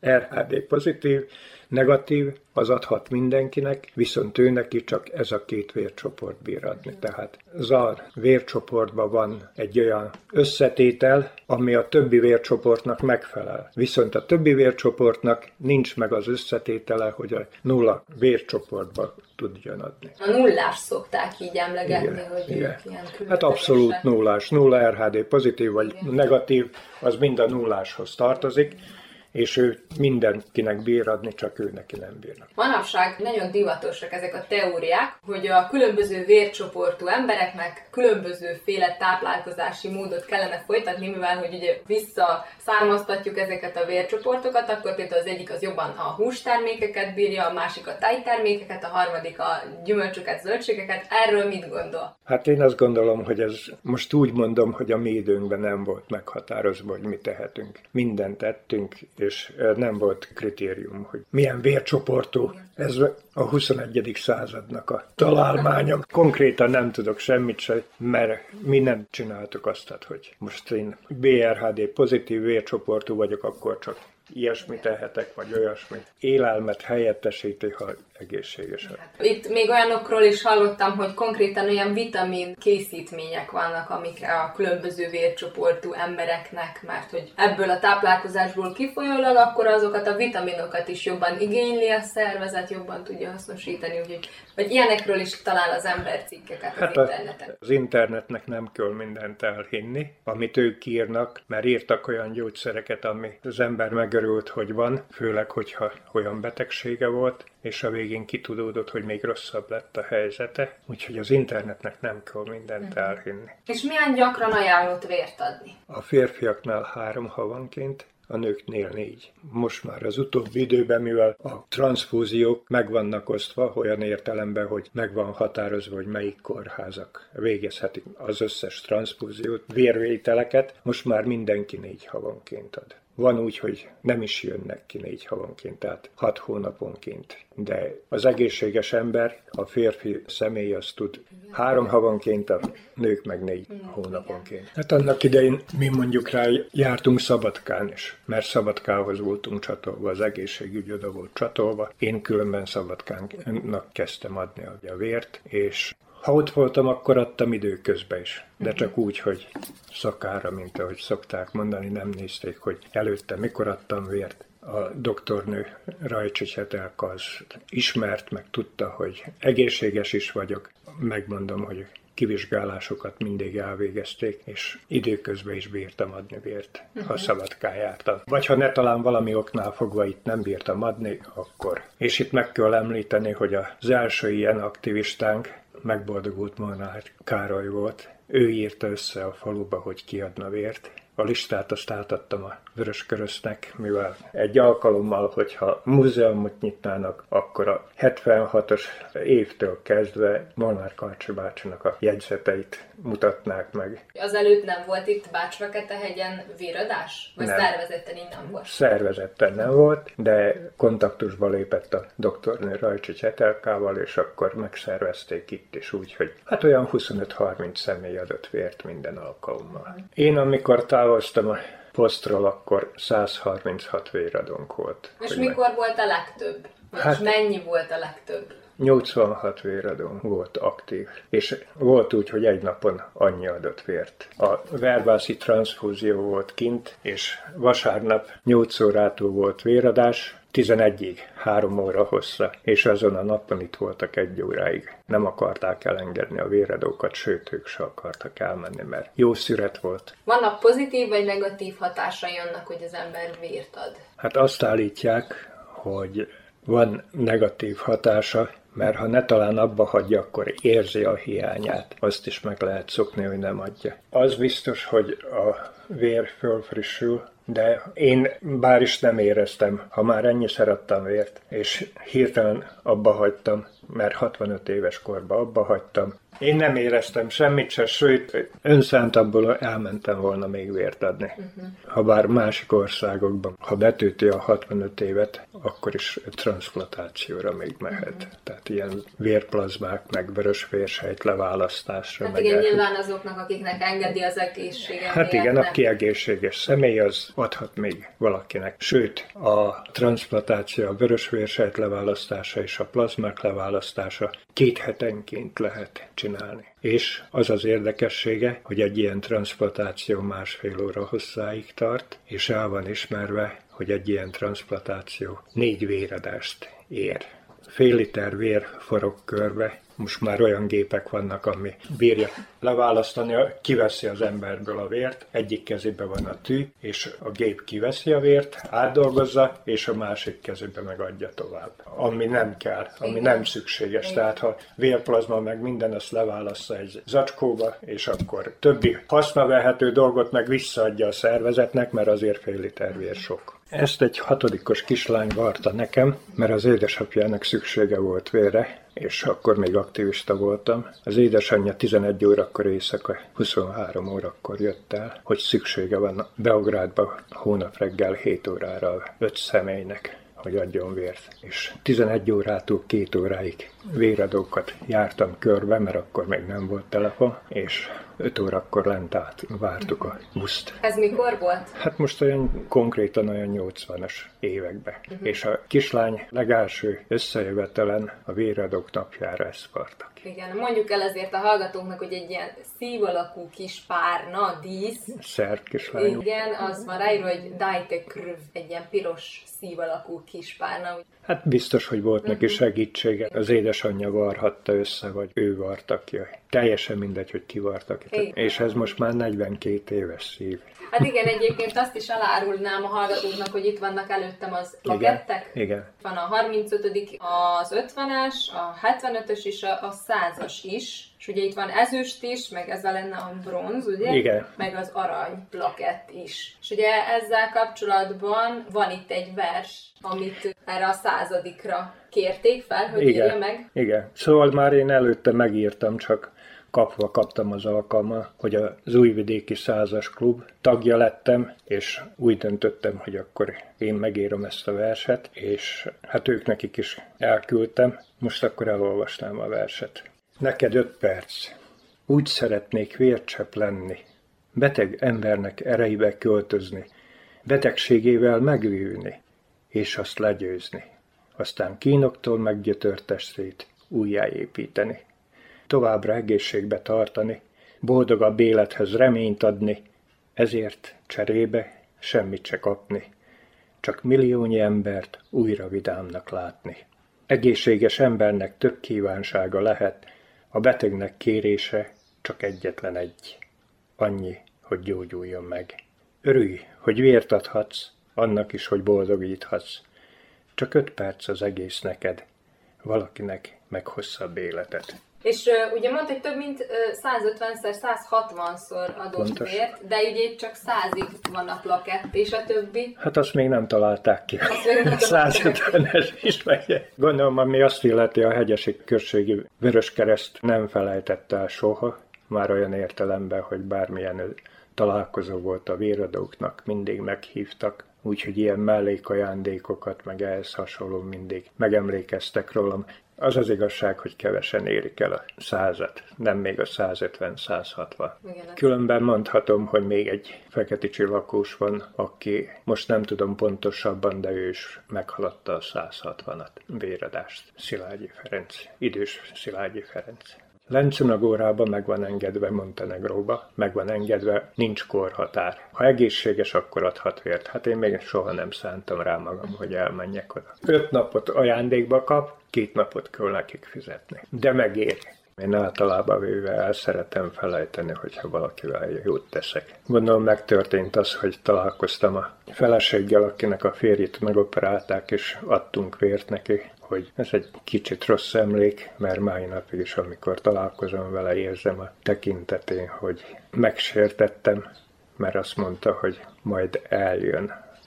er há dé pozitív, negatív, az adhat mindenkinek, viszont ő neki csak ez a két vércsoport bír adni. Tehát zar vércsoportban van egy olyan összetétel, ami a többi vércsoportnak megfelel. Viszont a többi vércsoportnak nincs meg az összetétele, hogy a nulla vércsoportba tudjon adni. A nullás szokták így emlegetni, igen, hogy igen. ők ilyen különlegesek. Hát abszolút nullás. Nulla er há dé pozitív vagy igen. negatív, az mind a nulláshoz tartozik, és ő mindenkinek bír adni, csak ő neki nem bírnak. Manapság nagyon divatosak ezek a teóriák, hogy a különböző vércsoportú embereknek különbözőféle táplálkozási módot kellene folytatni, mivel hogy ugye visszaszármaztatjuk ezeket a vércsoportokat, akkor például az egyik az jobban a hústermékeket bírja, a másik a tejtermékeket, a harmadik a gyümölcsöket, zöldségeket. Erről mit gondol? Hát én azt gondolom, hogy ez most úgy mondom, hogy a mi időnkben nem volt meghatározva, hogy mit tehetünk. Mindent tettünk, és nem volt kritérium, hogy milyen vércsoportú. Ez a huszonegyedik századnak a találmánya. Konkrétan nem tudok semmit se, mert mi nem csináltuk azt, hogy most én bé er há dé pozitív vércsoportú vagyok, akkor csak ilyesmit tehetek, vagy olyasmit. Élelmet helyettesíti, ha egészségesen. Itt még olyanokról is hallottam, hogy konkrétan olyan vitamin készítmények vannak, amik a különböző vércsoportú embereknek, mert hogy ebből a táplálkozásból kifolyólag, akkor azokat a vitaminokat is jobban igényli a szervezet, jobban tudja hasznosítani, úgyhogy vagy ilyenekről is talál az ember cikkeket hát az interneten. Az internetnek nem kell mindent elhinni, amit ők írnak, mert írtak olyan gyógyszereket, ami az ember megörült, hogy van, főleg, hogyha olyan betegsége volt, és a végén kitudódott, hogy még rosszabb lett a helyzete, úgyhogy az internetnek nem kell mindent elhinni. És milyen gyakran ajánlott vért adni? A férfiaknál három havanként, a nőknél négy. Most már az utóbbi időben, mivel a transzfúziók meg vannak osztva, olyan értelemben, hogy meg van határozva, hogy melyik kórházak végezhetik az összes transzfúziót, vérvételeket, most már mindenki négy havanként ad. Van úgy, hogy nem is jönnek ki négy havanként, tehát hat hónaponként. De az egészséges ember, a férfi személy azt tud három havanként, a nők meg négy hónaponként. Hát annak idején mi mondjuk rá jártunk Szabadkán is, mert Szabadkához voltunk csatolva, az egészségügy oda volt csatolva. Én különben Szabadkának kezdtem adni a vért, és ha ott voltam, akkor adtam időközben is. De csak úgy, hogy szakára, mint ahogy szokták mondani, nem nézték, hogy előtte mikor adtam vért. A doktornő Rajcsi Csetelka az ismert, meg tudta, hogy egészséges is vagyok. Megmondom, hogy kivizsgálásokat mindig elvégezték, és időközben is bírtam adni vért, ha Szabadkán jártam. Vagy ha ne talán valami oknál fogva itt nem bírtam adni, akkor. És itt meg kell említeni, hogy az első ilyen aktivistánk, Megboldogult Molnár Károly volt. Ő írta össze a faluba, hogy kiadna vért. A listát azt átadtam a Vöröskörösznek, mivel egy alkalommal, hogyha múzeumot nyitnának, akkor a hetvenhatos évtől kezdve Molnár Karcsi bácsinak a jegyzeteit mutatnák meg. Azelőtt nem volt itt Bács-Feketehegyen véradás? Vagy nem. Szervezetten innen volt? Szervezetten nem volt, de kontaktusba lépett a doktornő Rajcsi Csetelkával, és akkor megszervezték itt is úgy, hogy hát olyan huszonöt-harminc személy adott vért minden alkalommal. Én amikor távoztam a posztról, akkor száz harminchat véradónk volt. És mikor meg... volt a legtöbb? Hát, és mennyi volt a legtöbb? nyolcvanhat véradó volt aktív, és volt úgy, hogy egy napon annyi adott vért. A verbászi transzfúzió volt kint, és vasárnap nyolc órától volt véradás, tizenegyig, három óra hossza, és azon a napon itt voltak egy óráig. Nem akarták elengedni a véradókat, sőt, ők se akartak elmenni, mert jó szüret volt. Vannak pozitív vagy negatív hatásai annak, hogy az ember vért ad? Hát azt állítják, hogy van negatív hatása, mert ha ne talán abba hagyja, akkor érzi a hiányát. Azt is meg lehet szokni, hogy nem adja. Az biztos, hogy a vér fölfrissül, de én bár is nem éreztem, ha már ennyiszer adtam vért, és hirtelen abba hagytam, mert hatvanöt éves korban abba hagytam. Én nem éreztem semmit se, sőt, önszántabból elmentem volna még vért adni. Uh-huh. Habár másik országokban, ha betűti a hatvanöt évet, akkor is transzplantációra még mehet. Uh-huh. Tehát ilyen vérplazmák, meg vörösvérsejt leválasztásra. Hát igen, nyilván azoknak, akiknek engedi az egészsége. Hát igen, aki egészséges személy, az adhat még valakinek. Sőt, a transzplantáció, a vörösvérsejt leválasztása és a plazmák leválasztása két hetenként lehet csinálni. És az az érdekessége, hogy egy ilyen transzplantáció másfél óra hosszáig tart, és el van ismerve, hogy egy ilyen transzplantáció négy véradást ér. Fél liter vér forog körbe, most már olyan gépek vannak, ami bírja leválasztani, kiveszi az emberből a vért, egyik kezében van a tű, és a gép kiveszi a vért, átdolgozza, és a másik kezében megadja tovább. Ami nem kell, ami nem szükséges. Tehát ha vérplazma meg minden, azt leválassza egy zacskóba, és akkor többi hasznavehető dolgot meg visszaadja a szervezetnek, mert azért fél liter vér sok. Ezt egy hatodikos kislány varta nekem, mert az édesapjának szüksége volt vérre, és akkor még aktivista voltam. Az édesanyja tizenegy órakor éjszaka, huszonhárom órakor jött el, hogy szüksége van Beográdba hónap reggel hét órára öt személynek, hogy adjon vért. És tizenegy órától két óráig véradókat jártam körbe, mert akkor még nem volt telefon, és öt órakor lent át vártuk a buszt. Ez mikor volt? Hát most olyan konkrétan olyan nyolcvanas években. Uh-huh. És a kislány legelső összejövetelen a véradók napjára ezt vartak. Igen, mondjuk el ezért a hallgatóknak, hogy egy ilyen szív alakú kis párna, dísz. Szerb kislány. Igen, az van ráírva, hogy dajtekrv, egy ilyen piros szív alakú kis párna. Hát biztos, hogy volt neki segítsége. Az édesanyja varhatta össze, vagy ő varta ki. Teljesen mindegy, hogy ki varta ki. És ez most már negyvenkét éves szív. Hát igen, egyébként azt is elárulnám a hallgatóknak, hogy itt vannak előttem az plakettek. Igen, igen. Van a harmincötödik, az ötvenes, a hetvenötös és a százas is. És ugye itt van ezüst is, meg ez lenne a bronz, ugye? Igen. Meg az arany plakett is. És ugye ezzel kapcsolatban van itt egy vers, amit erre a századikra kérték fel, hogy igen, írja meg. Igen. Szóval már én előtte megírtam, csak kapva kaptam az alkalmat, hogy az Újvidéki Százas Klub tagja lettem, és úgy döntöttem, hogy akkor én megírom ezt a verset, és hát ők nekik is elküldtem. Most akkor elolvasnám a verset. Neked öt perc. Úgy szeretnék vércsepp lenni, beteg embernek erejébe költözni, betegségével megvívni, és azt legyőzni. Aztán kínoktól meggyötört testét újjáépíteni. Továbbra egészségbe tartani, boldogabb élethez reményt adni, ezért cserébe semmit se kapni, csak milliónyi embert újra vidámnak látni. Egészséges embernek több kívánsága lehet, a betegnek kérése csak egyetlen egy, annyi, hogy gyógyuljon meg. Örülj, hogy vért adhatsz, annak is, hogy boldogíthatsz. Csak öt perc az egész neked, valakinek meg hosszabb életet. És uh, ugye mondta, hogy több mint uh, százötvenszer, százhatvanszor adott Pontos. vért, de ugye itt csak százig van a plakett, és a többi. Hát azt még nem találták ki. százötvenes is megy. Gondolom, ami azt illeti, a hegyesi községi Vöröskereszt nem felejtette el soha, már olyan értelemben, hogy bármilyen találkozó volt a véradóknak, mindig meghívtak, úgyhogy ilyen mellékajándékokat, meg ehhez hasonló mindig megemlékeztek rólam. Az az igazság, hogy kevesen érik el a százat, nem még a százötven százhatvan. Különben mondhatom, hogy még egy feketicsi lakós van, aki most nem tudom pontosabban, de ő is meghaladta a százhatvanat véradást. Szilágyi Ferenc, idős Szilágyi Ferenc. Lencunagórában meg van engedve Montenegróba, meg van engedve, nincs korhatár. Ha egészséges, akkor adhat vért. Hát én még soha nem szántam rá magam, hogy elmenjek oda. Öt napot ajándékba kap, két napot kell nekik fizetni. De megéri. Én általában véve el szeretem felejteni, hogyha valakivel jót teszek. Gondolom megtörtént az, hogy találkoztam a feleséggel, akinek a férjét megoperálták, és adtunk vért neki, hogy ez egy kicsit rossz emlék, mert mai napig is, amikor találkozom vele, érzem a tekintetén, hogy megsértettem, mert azt mondta, hogy majd eljön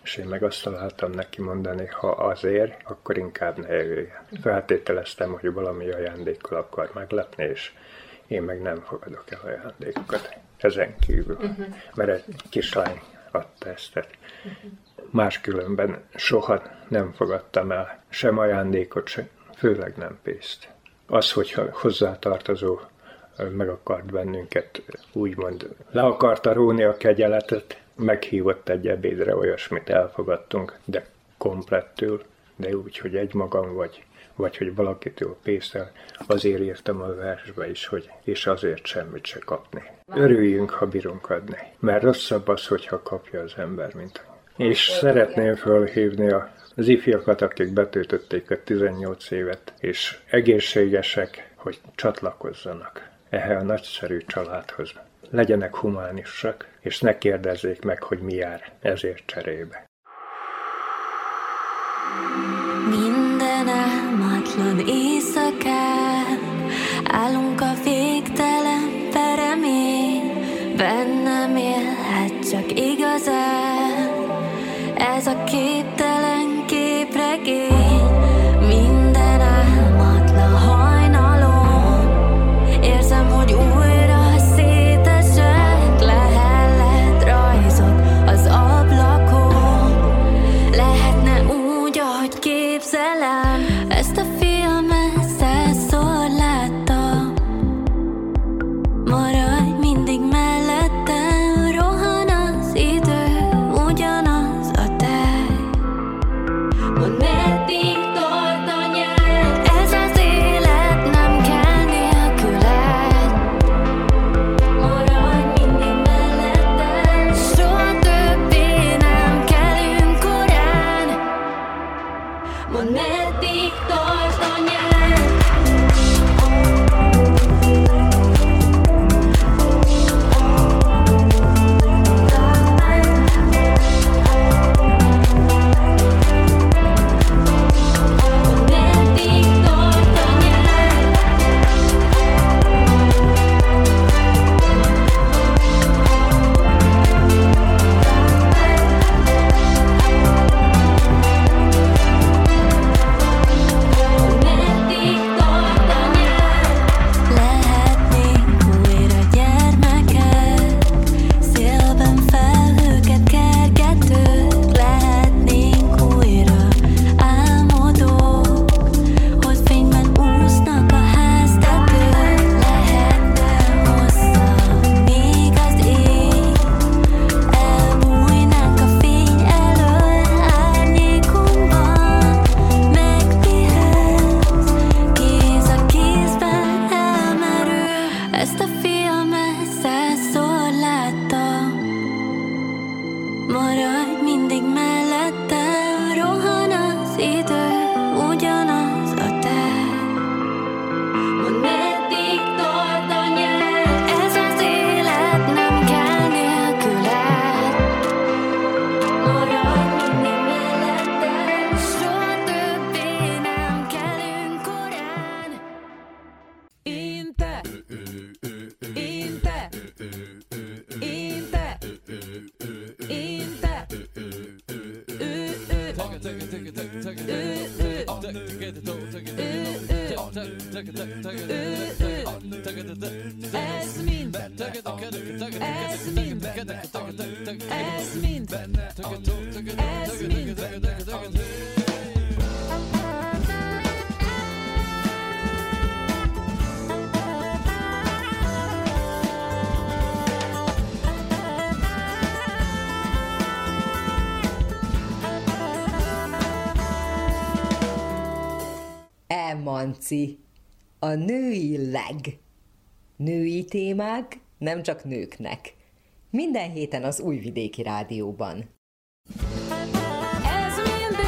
és én meg azt találtam neki mondani, ha azért, akkor inkább ne jöjjön. Feltételeztem, hogy valami ajándékkal akar meglepni, és én meg nem fogadok el ajándékokat ezen kívül, uh-huh. mert egy kislány adta ezt. Uh-huh. Máskülönben soha nem fogadtam el sem ajándékot, sem, főleg nem pénzt. Az, hogyha hozzátartozó meg akart bennünket, úgymond le akarta róni a kegyeletet, meghívott egy ebédre, olyasmit elfogadtunk, de komplettül, de úgy, hogy egymagam vagy, vagy hogy valakitől pénzzel, azért írtam a versbe is, hogy és azért semmit se kapni. Örüljünk, ha bírunk adni, mert rosszabb az, hogyha kapja az ember, mint... És szeretném fölhívni az ifjakat, akik betöltötték a tizennyolc évet, és egészségesek, hogy csatlakozzanak ehhez a nagyszerű családhoz. Legyenek humánisak, és ne kérdezzék meg, hogy mi jár ezért cserébe. Minden álmatlan éjszakán állunk a végtelen peremén, bennem élhet csak igazán ez a képtelen képregény. Minden álmatlan hajnalon érzem, hogy újra szétesek, lehellet rajzok az ablakon, lehetne úgy, ahogy képzelem. Ezt a filmet százszor láttam, maradj mindig mellettem, rohan az idő, ugyanaz a tej. Mondd, meddig tart a nyár? Ez az élet, nem kell nélküled. Maradj mindig mellettem, soha többé nem kelünk korán. Mondd, meddig tart a nyár? Ez mind benne, ez mind benne, ez mind benne, ez mind benne. E-Manci, a női leg. Női témák nem csak nőknek. Minden héten az Újvidéki Rádióban. Ez mind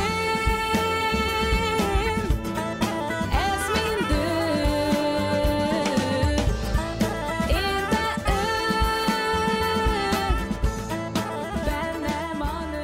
én, ez mind ő, én te ő, bennem a nő.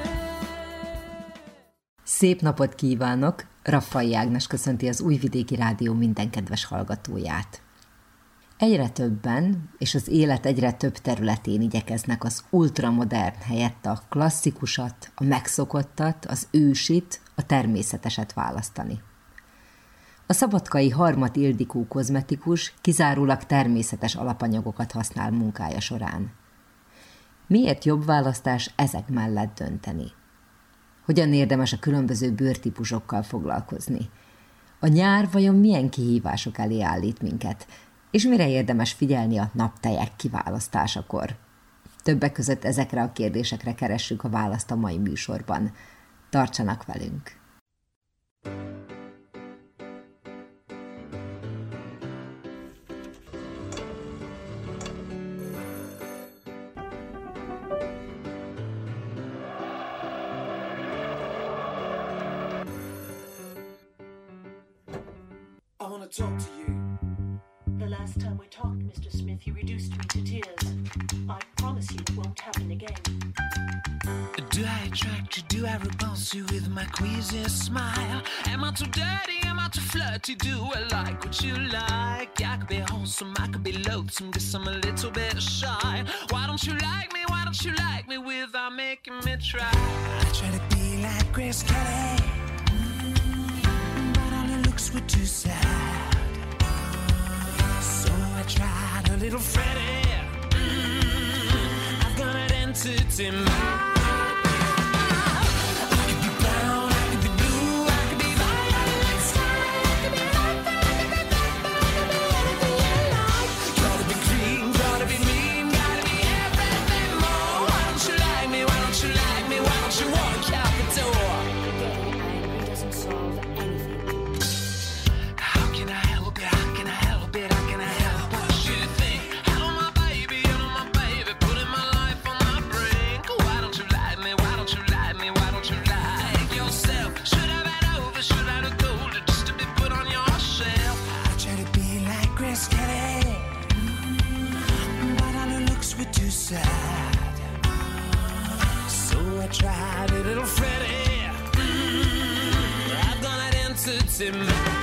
Szép napot kívánok! Raffai Ágnes köszönti az Újvidéki Rádió minden kedves hallgatóját. Egyre többen, és az élet egyre több területén igyekeznek az ultramodern helyett a klasszikusat, a megszokottat, az ősit, a természeteset választani. A szabadkai Harmat Ildikó kozmetikus kizárólag természetes alapanyagokat használ munkája során. Miért jobb választás ezek mellett dönteni? Hogyan érdemes a különböző bőrtípusokkal foglalkozni? A nyár vajon milyen kihívások elé állít minket? És mire érdemes figyelni a naptejek kiválasztásakor? Többek között ezekre a kérdésekre keressük a választ a mai műsorban. Tartsanak velünk! I want to talk to you. The last time we talked, Mister Smith, you reduced me to tears. I promise you it won't happen again. Do I attract you? Do I repulse you with my queasy smile? Am I too dirty? Am I too flirty? Do I like what you like? I could be wholesome, I could be loathsome, guess I'm a little bit shy. Why don't you like me? Why don't you like me without making me try? I try to be like Grace Kelly, mm, but all her looks were too sad. So I tried a little Freddie. Mm, I've got an entity mind. Tried a little Freddie. Mm, I've done it into me.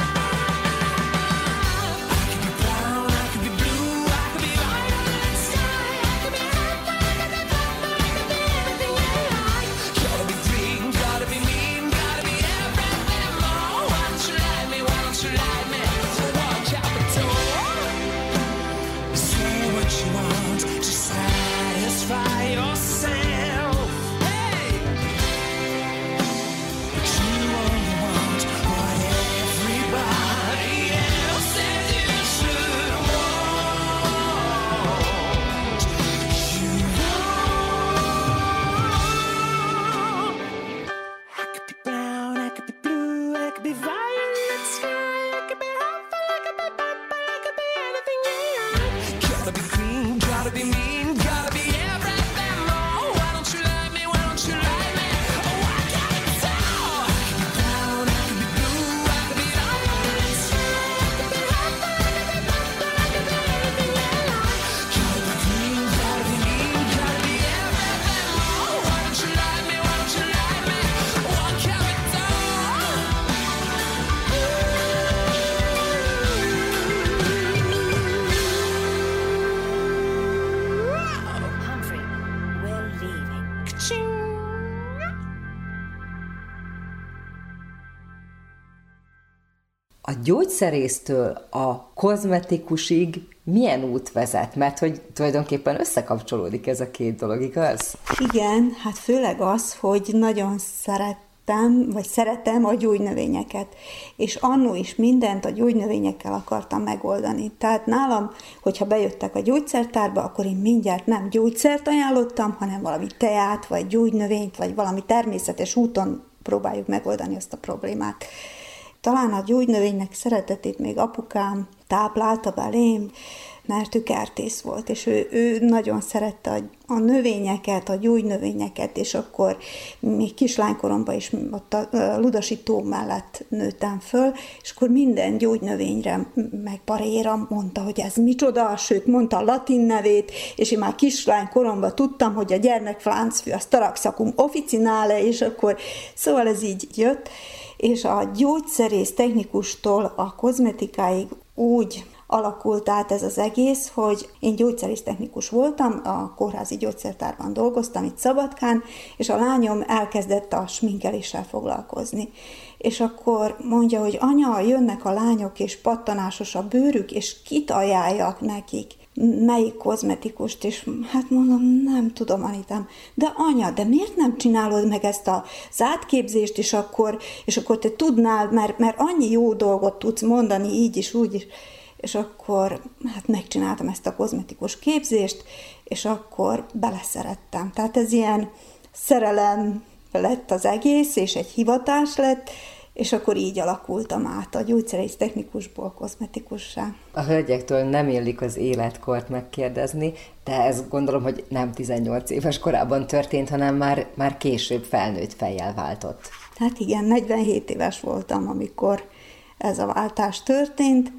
A gyógyszerésztől a kozmetikusig milyen út vezet? Mert hogy tulajdonképpen összekapcsolódik ez a két dolog, igaz? Igen, hát főleg az, hogy nagyon szerettem, vagy szeretem a gyógynövényeket. És annó is mindent a gyógynövényekkel akartam megoldani. Tehát nálam, hogyha bejöttek a gyógyszertárba, akkor én mindjárt nem gyógyszert ajánlottam, hanem valami teát, vagy gyógynövényt, vagy valami természetes úton próbáljuk megoldani azt a problémát. Talán a gyógynövénynek szeretetét még apukám táplálta belém, mert ő kertész volt, és ő, ő nagyon szerette a, a növényeket, a gyógynövényeket, és akkor még kislánykoromban is ott a Ludasi tó mellett nőttem föl, és akkor minden gyógynövényre, meg paréra mondta, hogy ez micsoda, sőt mondta a latin nevét, és én már kislánykoromban tudtam, hogy a gyermekfláncfű, a Taraxacum officinale, és akkor szóval ez így jött, és a gyógyszerész technikustól a kozmetikáig úgy alakult át ez az egész, hogy én gyógyszerésztechnikus voltam, a kórházi gyógyszertárban dolgoztam itt Szabadkán, és a lányom elkezdett a sminkeléssel foglalkozni. És akkor mondja, hogy anya, jönnek a lányok, és pattanásos a bőrük, és kit ajánljak nekik? Melyik kozmetikust? És hát mondom, nem tudom, Anitám. De anya, de miért nem csinálod meg ezt az átképzést, és akkor, és akkor te tudnál, mert, mert annyi jó dolgot tudsz mondani, így is, úgy is. És akkor hát megcsináltam ezt a kozmetikus képzést, és akkor beleszerettem. Tehát ez ilyen szerelem lett az egész, és egy hivatás lett, és akkor így alakultam át a gyógyszerésztechnikusból kozmetikussá. A hölgyektől nem illik az életkort megkérdezni, de ez gondolom, hogy nem tizennyolc éves korában történt, hanem már, már később felnőtt fejjel váltott. Hát igen, negyvenhét éves voltam, amikor ez a váltás történt,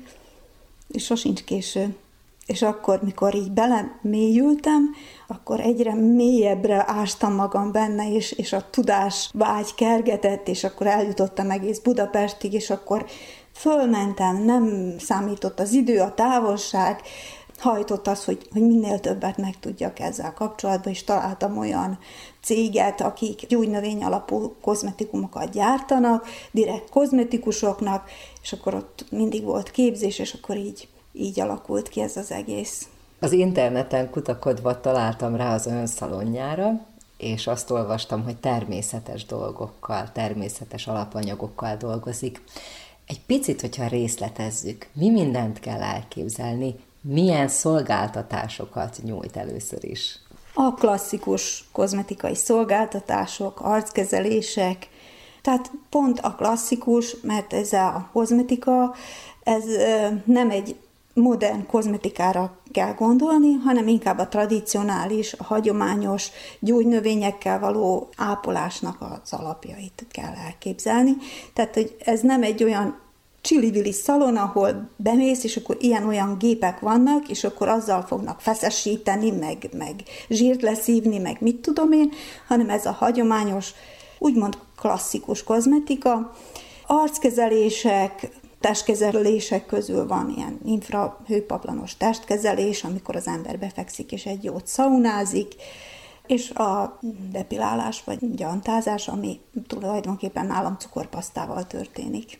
és sosincs késő. És akkor, mikor így belemélyültem, akkor egyre mélyebbre ástam magam benne, és, és a tudás vágy kergetett, és akkor eljutottam egész Budapestig, és akkor fölmentem, nem számított az idő, a távolság, hajtott az, hogy, hogy minél többet megtudjak ezzel kapcsolatban, és találtam olyan céget, akik gyógynövény alapú kozmetikumokat gyártanak, direkt kozmetikusoknak, és akkor ott mindig volt képzés, és akkor így Így alakult ki ez az egész. Az interneten kutakodva találtam rá az ön szalonjára, és azt olvastam, hogy természetes dolgokkal, természetes alapanyagokkal dolgozik. Egy picit, hogyha részletezzük, mi mindent kell elképzelni, milyen szolgáltatásokat nyújt először is? A klasszikus kozmetikai szolgáltatások, arckezelések, tehát pont a klasszikus, mert ez a kozmetika, ez nem egy modern kozmetikára kell gondolni, hanem inkább a tradicionális, a hagyományos gyógynövényekkel való ápolásnak az alapjait kell elképzelni. Tehát, hogy ez nem egy olyan csili-vili szalon, ahol bemész, és akkor ilyen-olyan gépek vannak, és akkor azzal fognak feszesíteni, meg, meg zsírt leszívni, meg mit tudom én, hanem ez a hagyományos, úgymond klasszikus kozmetika. Arckezelések, testkezelések közül van ilyen infrahőpaplanos testkezelés, amikor az ember befekszik és egy jót szaunázik, és a depilálás vagy gyantázás, ami tulajdonképpen nálam cukorpasztával történik.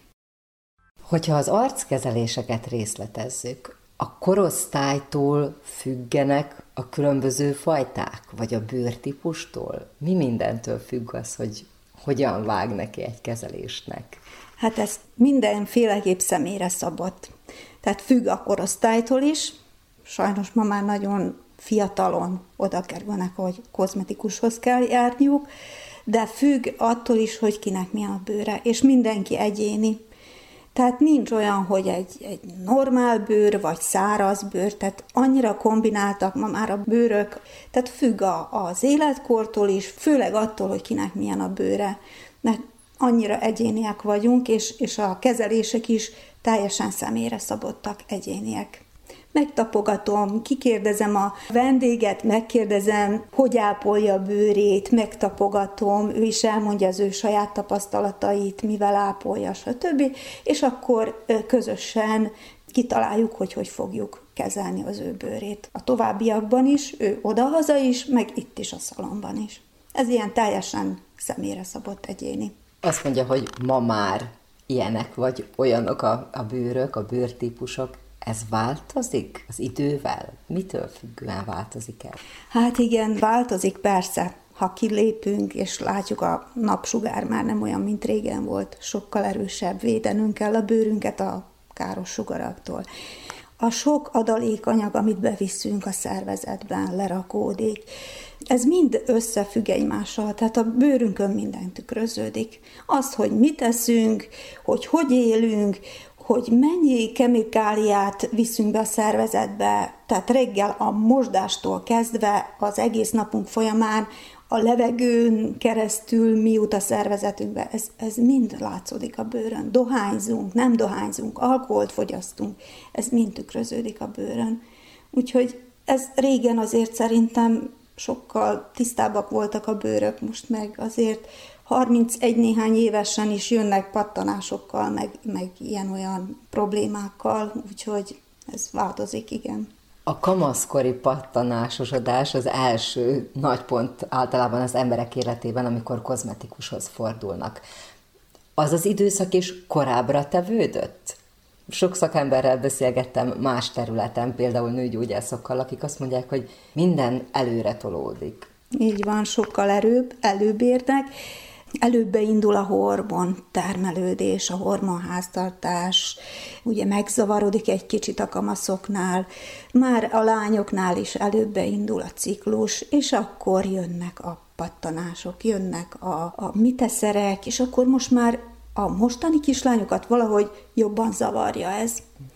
Hogyha az arckezeléseket részletezzük, a korosztálytól függenek a különböző fajták, vagy a bőrtípustól? Mi mindentől függ az, hogy hogyan vág neki egy kezelésnek? Hát ez mindenféleképp személyre szabott. Tehát függ a korosztálytól is. Sajnos ma már nagyon fiatalon oda kerülnek, hogy kozmetikushoz kell járniuk, de függ attól is, hogy kinek milyen a bőre, és mindenki egyéni. Tehát nincs olyan, hogy egy, egy normál bőr, vagy száraz bőr, tehát annyira kombináltak ma már a bőrök, tehát függ a, az életkortól is, főleg attól, hogy kinek milyen a bőre, mert annyira egyéniek vagyunk, és, és a kezelések is teljesen személyre szabottak, egyéniek. Megtapogatom, kikérdezem a vendéget, megkérdezem, hogy ápolja a bőrét, megtapogatom, ő is elmondja az ő saját tapasztalatait, mivel ápolja, stb. És akkor közösen kitaláljuk, hogy hogy fogjuk kezelni az ő bőrét. A továbbiakban is, ő odahaza is, meg itt is a szalonban is. Ez ilyen teljesen személyre szabott, egyéni. Azt mondja, hogy ma már ilyenek vagy olyanok a, a bőrök, a bőrtípusok. Ez változik az idővel? Mitől függően változik el? Hát igen, változik persze. Ha kilépünk és látjuk, a napsugár már nem olyan, mint régen volt, sokkal erősebb, védenünk kell a bőrünket a káros sugaraktól. A sok adalékanyag, amit beviszünk a szervezetben, lerakódik, ez mind összefügg egymással, tehát a bőrünkön minden tükröződik. Az, hogy mit eszünk, hogy hogy élünk, hogy mennyi kemikáliát viszünk be a szervezetbe, tehát reggel a mosdástól kezdve az egész napunk folyamán, a levegőn keresztül mi jut a szervezetünkbe, ez, ez mind látszódik a bőrön. Dohányzunk, nem dohányzunk, alkoholt fogyasztunk, ez mind tükröződik a bőrön. Úgyhogy ez régen azért szerintem sokkal tisztábbak voltak a bőrök, most meg azért harmincegy néhány évesen is jönnek pattanásokkal, meg, meg ilyen-olyan problémákkal, úgyhogy Ez változik, igen. A kamaszkori pattanásosodás az első nagy pont általában az emberek életében, amikor kozmetikushoz fordulnak. Az az időszak is korábbra tevődött? Sok szakemberrel beszélgettem más területen, például nőgyógyászokkal, akik azt mondják, hogy minden előre tolódik. Így van, sokkal előbb, előbb érnek. Előbb indul a hormon termelődés, a hormonháztartás, ugye megzavarodik egy kicsit a kamaszoknál, már a lányoknál is előbb indul a ciklus, és akkor jönnek a pattanások, jönnek a, a miteszerek, és akkor most már a mostani kislányokat valahogy jobban zavarja ez.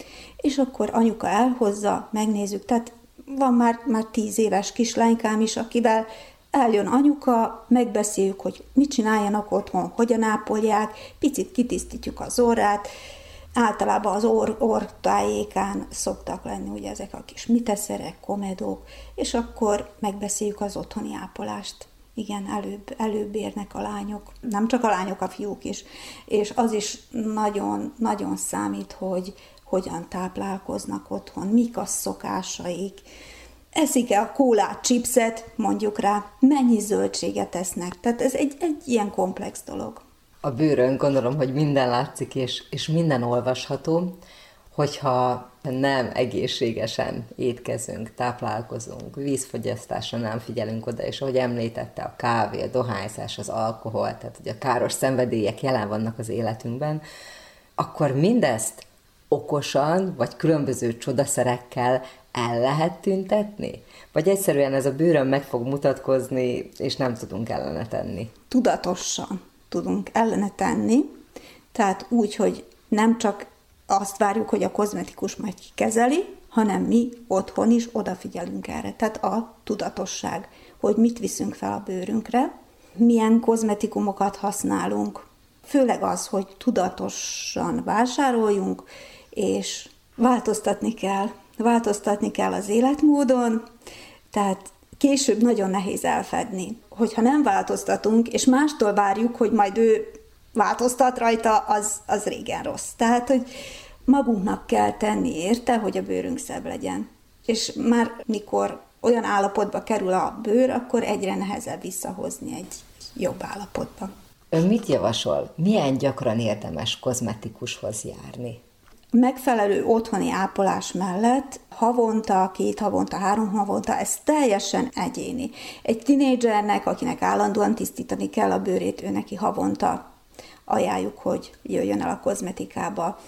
És akkor anyuka elhozza, megnézzük, tehát van már, már tíz éves kislánykám is, akivel eljön anyuka, megbeszéljük, hogy mit csináljanak otthon, hogyan ápolják, picit kitisztítjuk az orrát, általában az orr, orr tájékán szoktak lenni ugye ezek a kis miteszerek, komedók, és akkor megbeszéljük az otthoni ápolást. Igen, előbb, előbb érnek a lányok, nem csak a lányok, a fiúk is, és az is nagyon, nagyon számít, hogy hogyan táplálkoznak otthon, mik a szokásaik, eszik-e a kólát, chipset, mondjuk rá, mennyi zöldséget esznek. Tehát ez egy, egy ilyen komplex dolog. A bőrön gondolom, hogy minden látszik, és, és minden olvasható, hogyha nem egészségesen étkezünk, táplálkozunk, vízfogyasztásra nem figyelünk oda, és ahogy említette, a kávé, a dohányzás, az alkohol, tehát ugye a káros szenvedélyek jelen vannak az életünkben, akkor mindezt okosan, vagy különböző csodaszerekkel el lehet tüntetni? Vagy egyszerűen ez a bőrön meg fog mutatkozni, és nem tudunk ellene tenni? Tudatosan tudunk ellene tenni, tehát úgy, hogy nem csak azt várjuk, hogy a kozmetikus majd kikezeli, hanem mi otthon is odafigyelünk erre. Tehát a tudatosság, hogy mit viszünk fel a bőrünkre, milyen kozmetikumokat használunk, főleg az, hogy tudatosan vásároljunk, és változtatni kell. Változtatni kell az életmódon, tehát később nagyon nehéz elfedni. Hogyha nem változtatunk, és mástól várjuk, hogy majd ő változtat rajta, az, az régen rossz. Tehát, hogy magunknak kell tenni érte, hogy a bőrünk szebb legyen. És már mikor olyan állapotba kerül a bőr, akkor egyre nehezebb visszahozni egy jobb állapotba. Ön mit javasol? Milyen gyakran érdemes kozmetikushoz járni? Megfelelő otthoni ápolás mellett havonta, két havonta, három havonta, ez teljesen egyéni. Egy tinédzsernek, akinek állandóan tisztítani kell a bőrét, ő neki havonta ajánljuk, hogy jöjjön el a kozmetikába.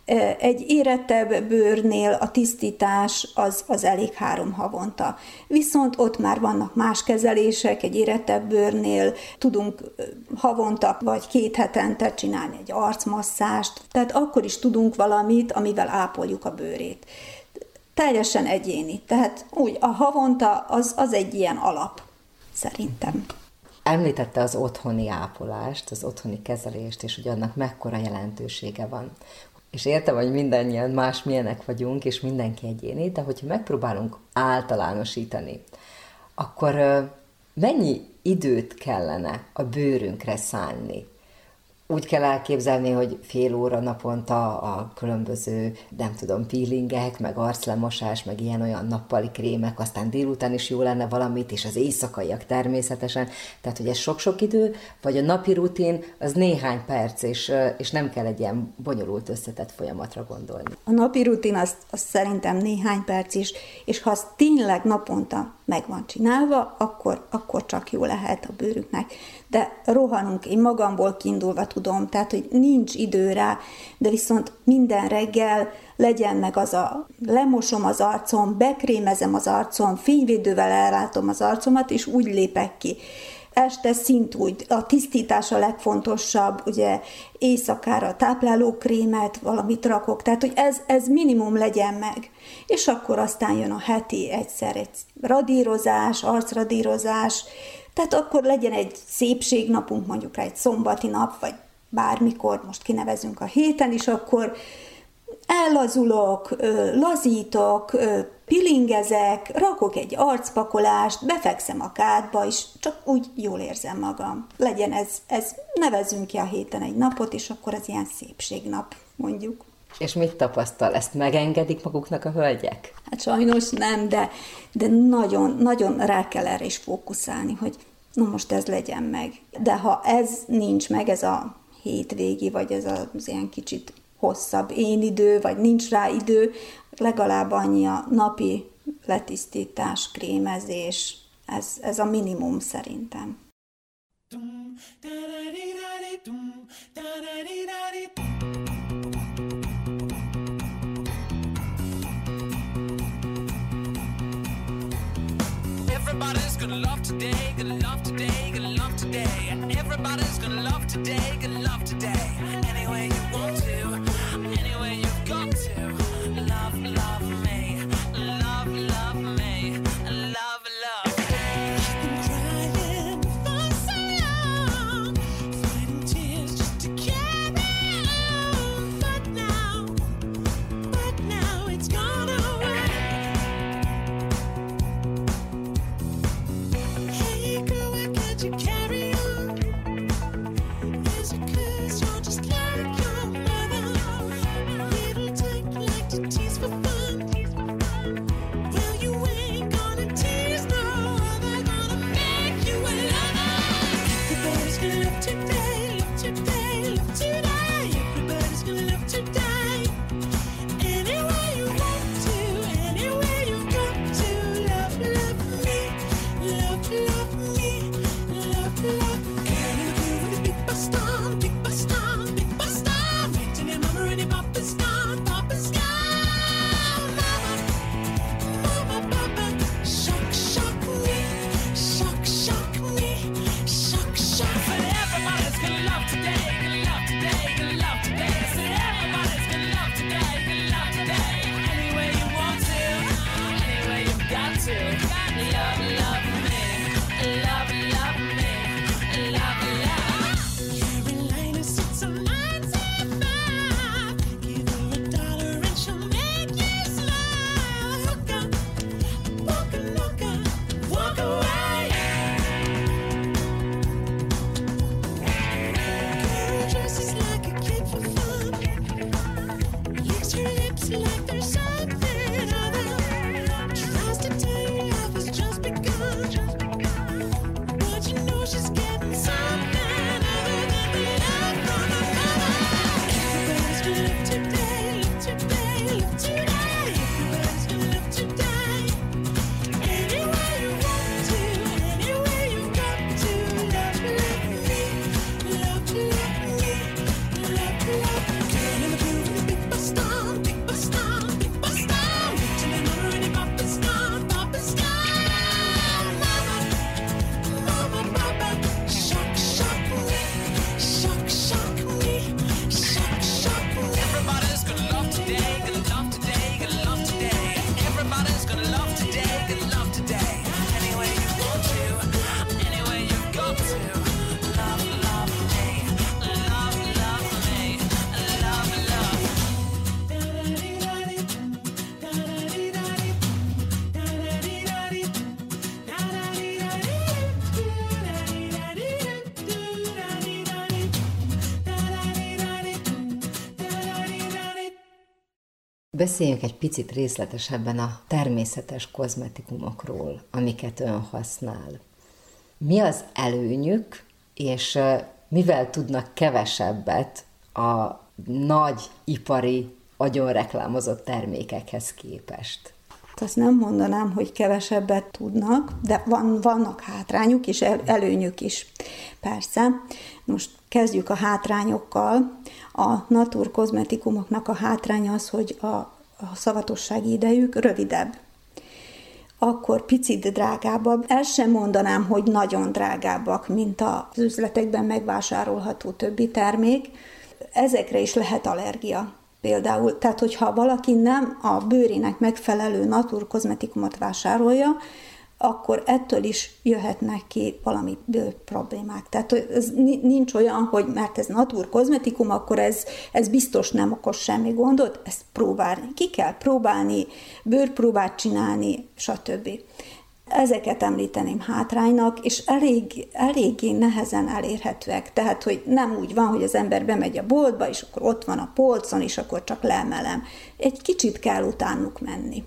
Egy érettebb bőrnél a tisztítás az, az elég három havonta. Viszont ott már vannak más kezelések, egy érettebb bőrnél tudunk havonta vagy két hetente csinálni egy arcmasszást, tehát akkor is tudunk valamit, amivel ápoljuk a bőrét. Teljesen egyéni, tehát úgy a havonta az, az egy ilyen alap, szerintem. Említette az otthoni ápolást, az otthoni kezelést, és hogy annak mekkora jelentősége van. És értem, hogy mindannyian másmilyenek vagyunk, és mindenki egyéni, de hogyha megpróbálunk általánosítani, akkor mennyi időt kellene a bőrünkre szánni? Úgy kell elképzelni, hogy fél óra naponta a különböző, nem tudom, peelingek, meg arclemosás, meg ilyen-olyan nappali krémek, aztán délután is jó lenne valamit, és az éjszakaiak természetesen. Tehát, hogy ez sok-sok idő, vagy a napi rutin, az néhány perc, és, és nem kell egy ilyen bonyolult összetett folyamatra gondolni. A napi rutin az, az szerintem néhány perc is, és ha az tényleg naponta meg van csinálva, akkor, akkor csak jó lehet a bőrünknek. De rohanunk, én magamból kiindulva tudom, tehát, hogy nincs idő rá, de viszont minden reggel legyen meg az a, lemosom az arcom, bekrémezem az arcom, fényvédővel ellátom az arcomat, és úgy lépek ki. Este szintúgy, a tisztítás a legfontosabb, ugye éjszakára táplálókrémet, valamit rakok, tehát, hogy ez, ez minimum legyen meg. És akkor aztán jön a heti egyszer egy radírozás, arcradírozás, tehát akkor legyen egy szépségnapunk, mondjuk rá egy szombati nap, vagy bármikor, most kinevezünk a héten is, akkor ellazulok, lazítok, pilingezek, rakok egy arcpakolást, befekszem a kádba, és csak úgy jól érzem magam. Legyen ez, ez nevezzünk ki a héten egy napot, és akkor az ilyen szépségnap, mondjuk. És mit tapasztal? Ezt megengedik maguknak a hölgyek? Hát sajnos nem, de, de nagyon, nagyon rá kell erre is fókuszálni, hogy na most ez legyen meg. De ha ez nincs meg, ez a hétvégi, vagy ez az ilyen kicsit hosszabb én idő, vagy nincs rá idő, legalább annyi a napi letisztítás, krémezés, ez, ez a minimum szerintem. Everybody's gonna love today, gonna love today, gonna love today. Everybody's gonna love today, gonna love today. Any way you want to, any way you've got to. Love, love me, love, love me, love, love me. I've been crying for so long, fighting tears just to carry on. But now, but now it's gone away. Hey girl, why can't you carry on? Is it 'cause you're just like your mother? Little type like to tease for fun. Well, you ain't gonna tease no other, gonna make you a lover. Everybody's gonna love today, love today, love today. Everybody's gonna love today. Any way you want to, any way you've got to. Love, love me, love, love me, love, love me. Can you do with a big bus down, big bus down, big bus down? Waiting in mama and papa's gone, papa's gone. Mama, mama, papa, shock, shock me, shock, shock me, shock, shock. But everybody's gonna love today, gonna love today, gonna love today. I said everybody's gonna love today, gonna love today. Any way you want to, any way you've got to. Love, love me, love, love me, love, love. Carolina sits on ninety-five. Give her a dollar and she'll make you smile. Hook up, walk a look up, walk away. Girl dresses like a kid for fun. Licks her lips like there's something other. Tries to tell you life has just begun. But you know she's getting something other than the love from her mother. Everybody's gonna live today, live today, live today. Everybody's gonna live today. Any way you want to, any way you've got to. Love, love me, love, love me, love, love me. Girl in the blue with a big bus down, big bus down, big bus down. Waiting in mama and papa's gone, papa's gone. Mama, mama, papa, shock, shock me, shock, shock me, shock, shock me. Everybody's gonna love today, gonna love today, gonna love today. Everybody's gonna love today, gonna love today. Any way you want to, any way you've got to. Love, love me, love, love me, love, love. Beszéljünk egy picit részletesebben a természetes kozmetikumokról, amiket ön használ. Mi az előnyük, és eh, mivel tudnak kevesebbet a nagy ipari, agyonreklámozott termékekhez képest? Azt nem mondanám, hogy kevesebbet tudnak, de van, vannak hátrányuk és el, előnyük is. Persze. Most kezdjük a hátrányokkal. A natur kozmetikumoknak a hátránya az, hogy a, a szavatossági idejük rövidebb. Akkor picit drágábbak. Ezt sem mondanám, hogy nagyon drágábbak, mint az üzletekben megvásárolható többi termék. Ezekre is lehet allergia. Például, tehát hogyha valaki nem a bőrének megfelelő natur kozmetikumot vásárolja, akkor ettől is jöhetnek ki valami problémák. Tehát ez nincs olyan, hogy mert ez natur kozmetikum, akkor ez, ez biztos nem okoz semmi gondot, ezt próbálni. Ki kell próbálni, bőrpróbát csinálni, stb. Ezeket említeném hátránynak, és elég, eléggé nehezen elérhetőek. Tehát, hogy nem úgy van, hogy az ember bemegy a boltba, és akkor ott van a polcon, és akkor csak leemelem. Egy kicsit kell utánuk menni.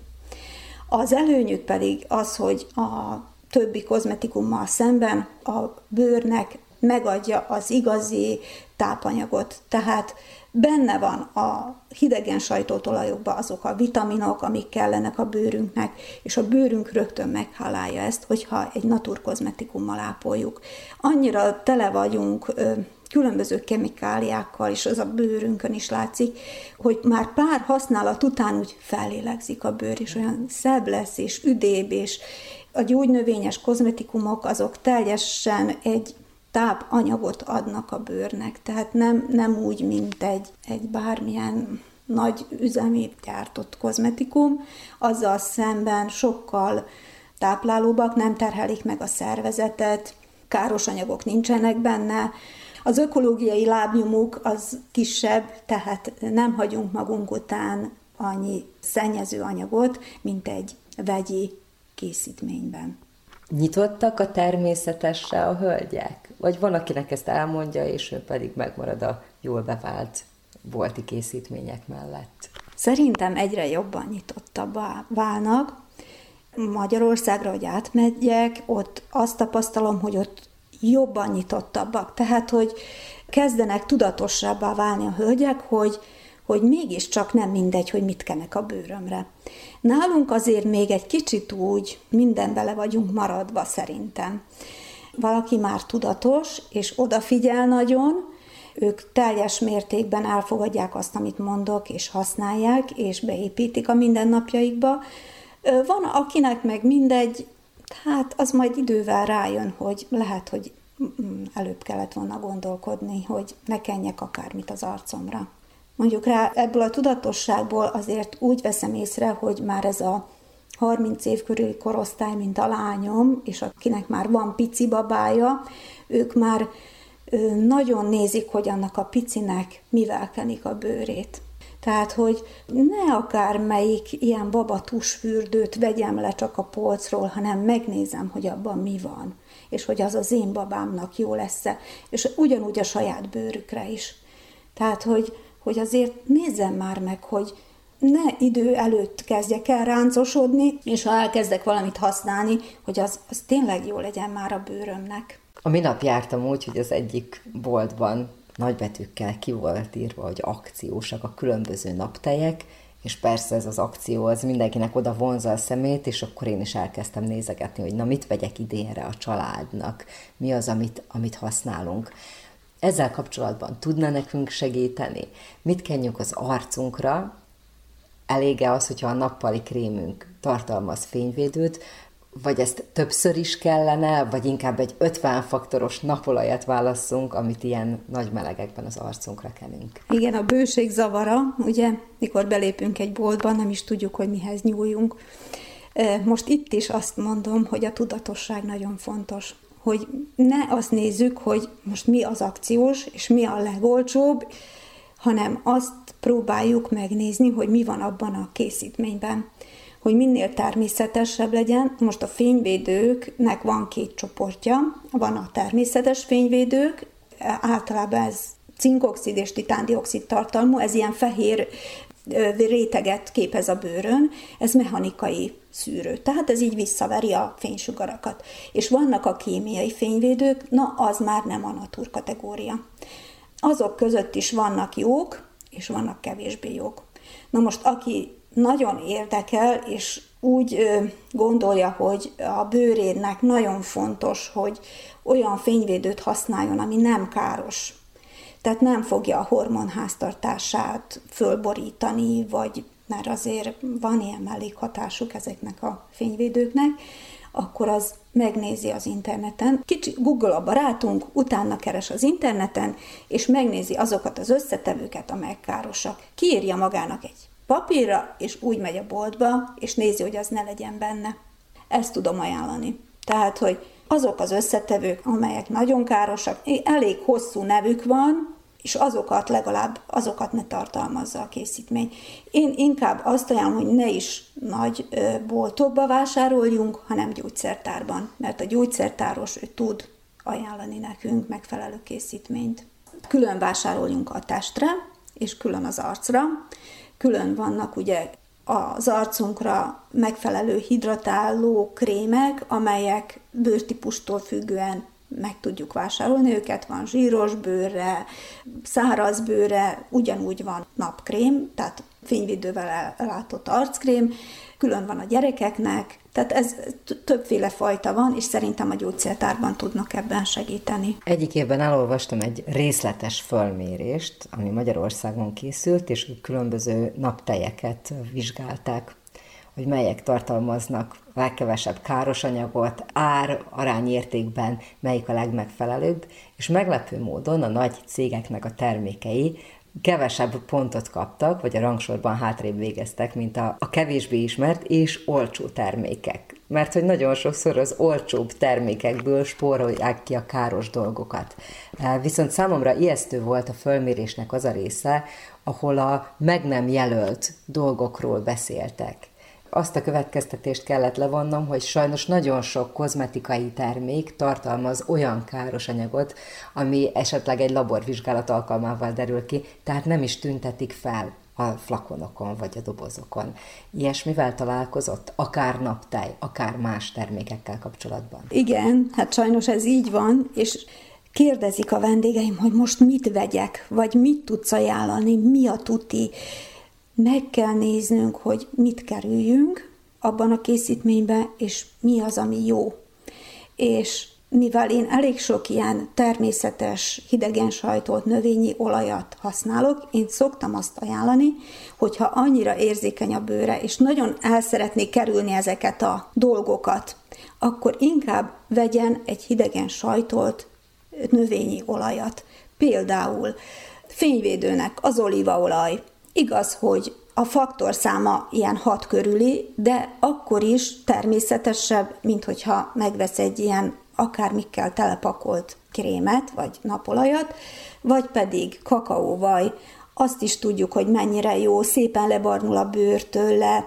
Az előnyük pedig az, hogy a többi kozmetikummal szemben a bőrnek megadja az igazi tápanyagot. Tehát benne van a hidegen sajtótolajokban azok a vitaminok, amik kellenek a bőrünknek, és a bőrünk rögtön meghálálja ezt, hogyha egy naturkozmetikummal ápoljuk. Annyira tele vagyunk ö, különböző kemikáliákkal, és az a bőrünkön is látszik, hogy már pár használat után úgy fellélegzik a bőr, és olyan szebb lesz, és üdébb, és a gyógynövényes kozmetikumok azok teljesen egy tápanyagot adnak a bőrnek, tehát nem, nem úgy, mint egy, egy bármilyen nagy üzemi gyártott kozmetikum, azzal szemben sokkal táplálóbbak, nem terhelik meg a szervezetet, káros anyagok nincsenek benne, az ökológiai lábnyomuk az kisebb, tehát nem hagyunk magunk után annyi szennyező anyagot, mint egy vegyi készítményben. Nyitottak a természetesre a hölgyek? Vagy van, akinek ezt elmondja, és ő pedig megmarad a jól bevált bolti készítmények mellett? Szerintem egyre jobban nyitottabbá válnak. Magyarországra, hogy átmegyek, ott azt tapasztalom, hogy ott jobban nyitottabbak. Tehát, hogy kezdenek tudatosabbá válni a hölgyek, hogy hogy mégiscsak nem mindegy, hogy mit kenek a bőrömre. Nálunk azért még egy kicsit úgy minden bele vagyunk maradva szerintem. Valaki már tudatos, és odafigyel nagyon, ők teljes mértékben elfogadják azt, amit mondok, és használják, és beépítik a mindennapjaikba. Van, akinek meg mindegy, hát az majd idővel rájön, hogy lehet, hogy előbb kellett volna gondolkodni, hogy ne kenjek akármit az arcomra. Mondjuk rá, ebből a tudatosságból azért úgy veszem észre, hogy már ez a harminc év körüli korosztály, mint a lányom, és akinek már van pici babája, ők már nagyon nézik, hogy annak a picinek mivel kenik a bőrét. Tehát, hogy ne akármelyik ilyen babatusfürdőt vegyem le csak a polcról, hanem megnézem, hogy abban mi van, és hogy az az én babámnak jó lesz-e, és ugyanúgy a saját bőrükre is. Tehát, hogy hogy azért nézzem már meg, hogy ne idő előtt kezdjek el ráncosodni, és ha elkezdek valamit használni, hogy az, az tényleg jó legyen már a bőrömnek. A minap jártam úgy, hogy az egyik boltban nagybetűkkel ki volt írva, hogy akciósak a különböző naptejek, és persze ez az akció, az mindenkinek oda vonza a szemét, és akkor én is elkezdtem nézegetni, hogy na mit vegyek idénre a családnak, mi az, amit, amit használunk. Ezzel kapcsolatban tudna nekünk segíteni? Mit kenjünk az arcunkra? Elég-e az, hogyha a nappali krémünk tartalmaz fényvédőt, vagy ezt többször is kellene, vagy inkább egy ötven faktoros napolajat válasszunk, amit ilyen nagy melegekben az arcunkra kenünk? Igen, a bőség zavara, ugye, mikor belépünk egy boltba, nem is tudjuk, hogy mihez nyúljunk. Most itt is azt mondom, hogy a tudatosság nagyon fontos. Hogy ne azt nézzük, hogy most mi az akciós, és mi a legolcsóbb, hanem azt próbáljuk megnézni, hogy mi van abban a készítményben. Hogy minél természetesebb legyen. Most a fényvédőknek van két csoportja. Van a természetes fényvédők, általában ez cinkoxid és titándioxid tartalmú, ez ilyen fehér réteget képez a bőrön, ez mechanikai szűrő, tehát ez így visszaveri a fénysugarakat. És vannak a kémiai fényvédők, na az már nem a natur kategória. Azok között is vannak jók, és vannak kevésbé jók. Na most, aki nagyon érdekel, és úgy ö, gondolja, hogy a bőrének nagyon fontos, hogy olyan fényvédőt használjon, ami nem káros, tehát nem fogja a hormonháztartását fölborítani, vagy mert azért van ilyen mellékhatásuk ezeknek a fényvédőknek, akkor az megnézi az interneten. Kicsi Google a barátunk, utána keres az interneten, és megnézi azokat az összetevőket, amelyek károsak. Kiírja magának egy papírra, és úgy megy a boltba, és nézi, hogy az ne legyen benne. Ezt tudom ajánlani. Tehát, hogy azok az összetevők, amelyek nagyon károsak, elég hosszú nevük van, és azokat legalább, azokat ne tartalmazza a készítmény. Én inkább azt ajánlom, hogy ne is nagy boltokba vásároljunk, hanem gyógyszertárban, mert a gyógyszertáros ő tud ajánlani nekünk megfelelő készítményt. Külön vásároljunk a testre, és külön az arcra. Külön vannak ugye az arcunkra megfelelő hidratáló krémek, amelyek bőrtípustól függően meg tudjuk vásárolni őket, van zsíros bőrre, száraz bőrre, ugyanúgy van napkrém, tehát fényvédővel ellátott arckrém, külön van a gyerekeknek, tehát ez többféle fajta van, és szerintem a gyógyszertárban tudnak ebben segíteni. Egyik évben elolvastam egy részletes fölmérést, ami Magyarországon készült, és különböző naptejeket vizsgálták, hogy melyek tartalmaznak a legkevesebb káros anyagot, ár arányértékben melyik a legmegfelelőbb, és meglepő módon a nagy cégeknek a termékei kevesebb pontot kaptak, vagy a rangsorban hátrébb végeztek, mint a, a kevésbé ismert és olcsó termékek. Mert hogy nagyon sokszor az olcsóbb termékekből spórolják ki a káros dolgokat. Viszont számomra ijesztő volt a fölmérésnek az a része, ahol a meg nem jelölt dolgokról beszéltek. Azt a következtetést kellett levonnom, hogy sajnos nagyon sok kozmetikai termék tartalmaz olyan káros anyagot, ami esetleg egy laborvizsgálat alkalmával derül ki, tehát nem is tüntetik fel a flakonokon vagy a dobozokon. Ilyesmivel találkozott, akár naptej, akár más termékekkel kapcsolatban? Igen, hát sajnos ez így van, és kérdezik a vendégeim, hogy most mit vegyek, vagy mit tudsz ajánlani, mi a tuti. Meg kell néznünk, hogy mit kerüljünk abban a készítményben, és mi az, ami jó. És mivel én elég sok ilyen természetes, hidegen sajtolt növényi olajat használok, én szoktam azt ajánlani, hogyha annyira érzékeny a bőre, és nagyon el szeretnék kerülni ezeket a dolgokat, akkor inkább vegyen egy hidegen sajtolt növényi olajat. Például fényvédőnek az olívaolaj. Igaz, hogy a faktorszáma ilyen hat körüli, de akkor is természetesebb, mint hogyha megvesz egy ilyen akármikkel telepakolt krémet, vagy napolajat, vagy pedig kakaóvaj. Azt is tudjuk, hogy mennyire jó, szépen lebarnul a bőr tőle.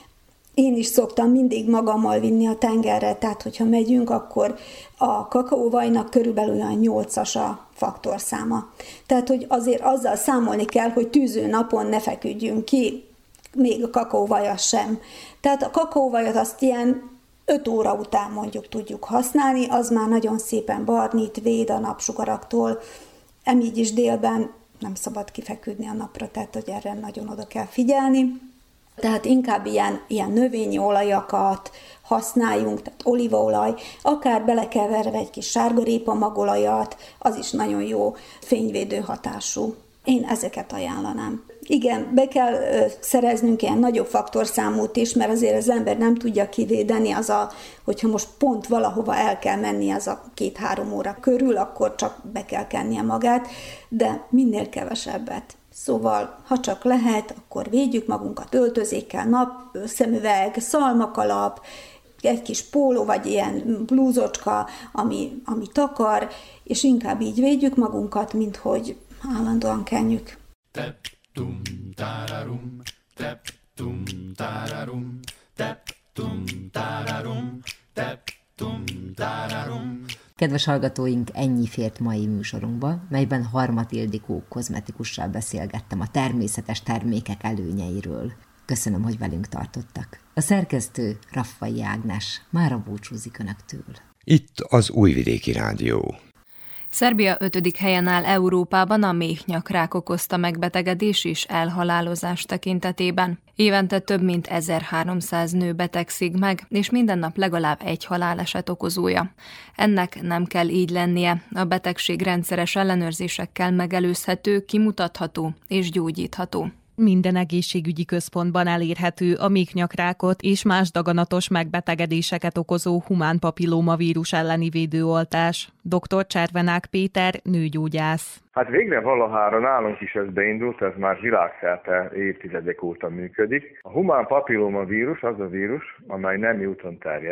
Én is szoktam mindig magammal vinni a tengerre, tehát hogyha megyünk, akkor a kakaóvajnak körülbelül olyan nyolcas a faktorszáma. Tehát, hogy azért azzal számolni kell, hogy tűző napon ne feküdjünk ki, még a kakaóvajat sem. Tehát a kakaóvajat azt ilyen öt óra után mondjuk tudjuk használni, az már nagyon szépen barnít, véd a napsugaraktól, emígy is délben nem szabad kifeküdni a napra, tehát hogy erre nagyon oda kell figyelni. Tehát inkább ilyen, ilyen növényi olajakat használjunk, tehát olívaolaj, akár belekeverve egy kis sárgarépa magolajat, az is nagyon jó fényvédő hatású. Én ezeket ajánlanám. Igen, be kell ö, szereznünk ilyen nagyobb faktorszámút is, mert azért az ember nem tudja kivédeni, az a, hogyha most pont valahova el kell menni az a két-három óra körül, akkor csak be kell kennie magát, de minél kevesebbet. Szóval, ha csak lehet, akkor védjük magunkat öltözékkel, nap, szemüveg, szalmakalap, egy kis póló, vagy ilyen blúzocska, ami, ami takar, és inkább így védjük magunkat, mint hogy állandóan kenjük. Tep-tum, tararum, tep-tum, tararum, tep-tum, tararum, tep-tum, tararum. Kedves hallgatóink, ennyi fért mai műsorunkba, melyben Harmat Ildikó kozmetikussal beszélgettem a természetes termékek előnyeiről. Köszönöm, hogy velünk tartottak. A szerkesztő Raffai Ágnes mára búcsúzik Önöktől. Itt az Újvidéki Rádió. Szerbia ötödik helyen áll Európában a méhnyakrák okozta megbetegedés és elhalálozás tekintetében. Évente több mint ezerháromszáz nő betegszik meg, és minden nap legalább egy haláleset okozója. Ennek nem kell így lennie. A betegség rendszeres ellenőrzésekkel megelőzhető, kimutatható és gyógyítható. Minden egészségügyi központban elérhető a méhnyakrákot és más daganatos megbetegedéseket okozó humán papillómavírus elleni védőoltás. doktor Cservenák Péter, nőgyógyász. Hát végre valahára nálunk is ez beindult, ez már világszerte évtizedek óta működik. A humán papillómavírus az a vírus, amely nemi úton terjed,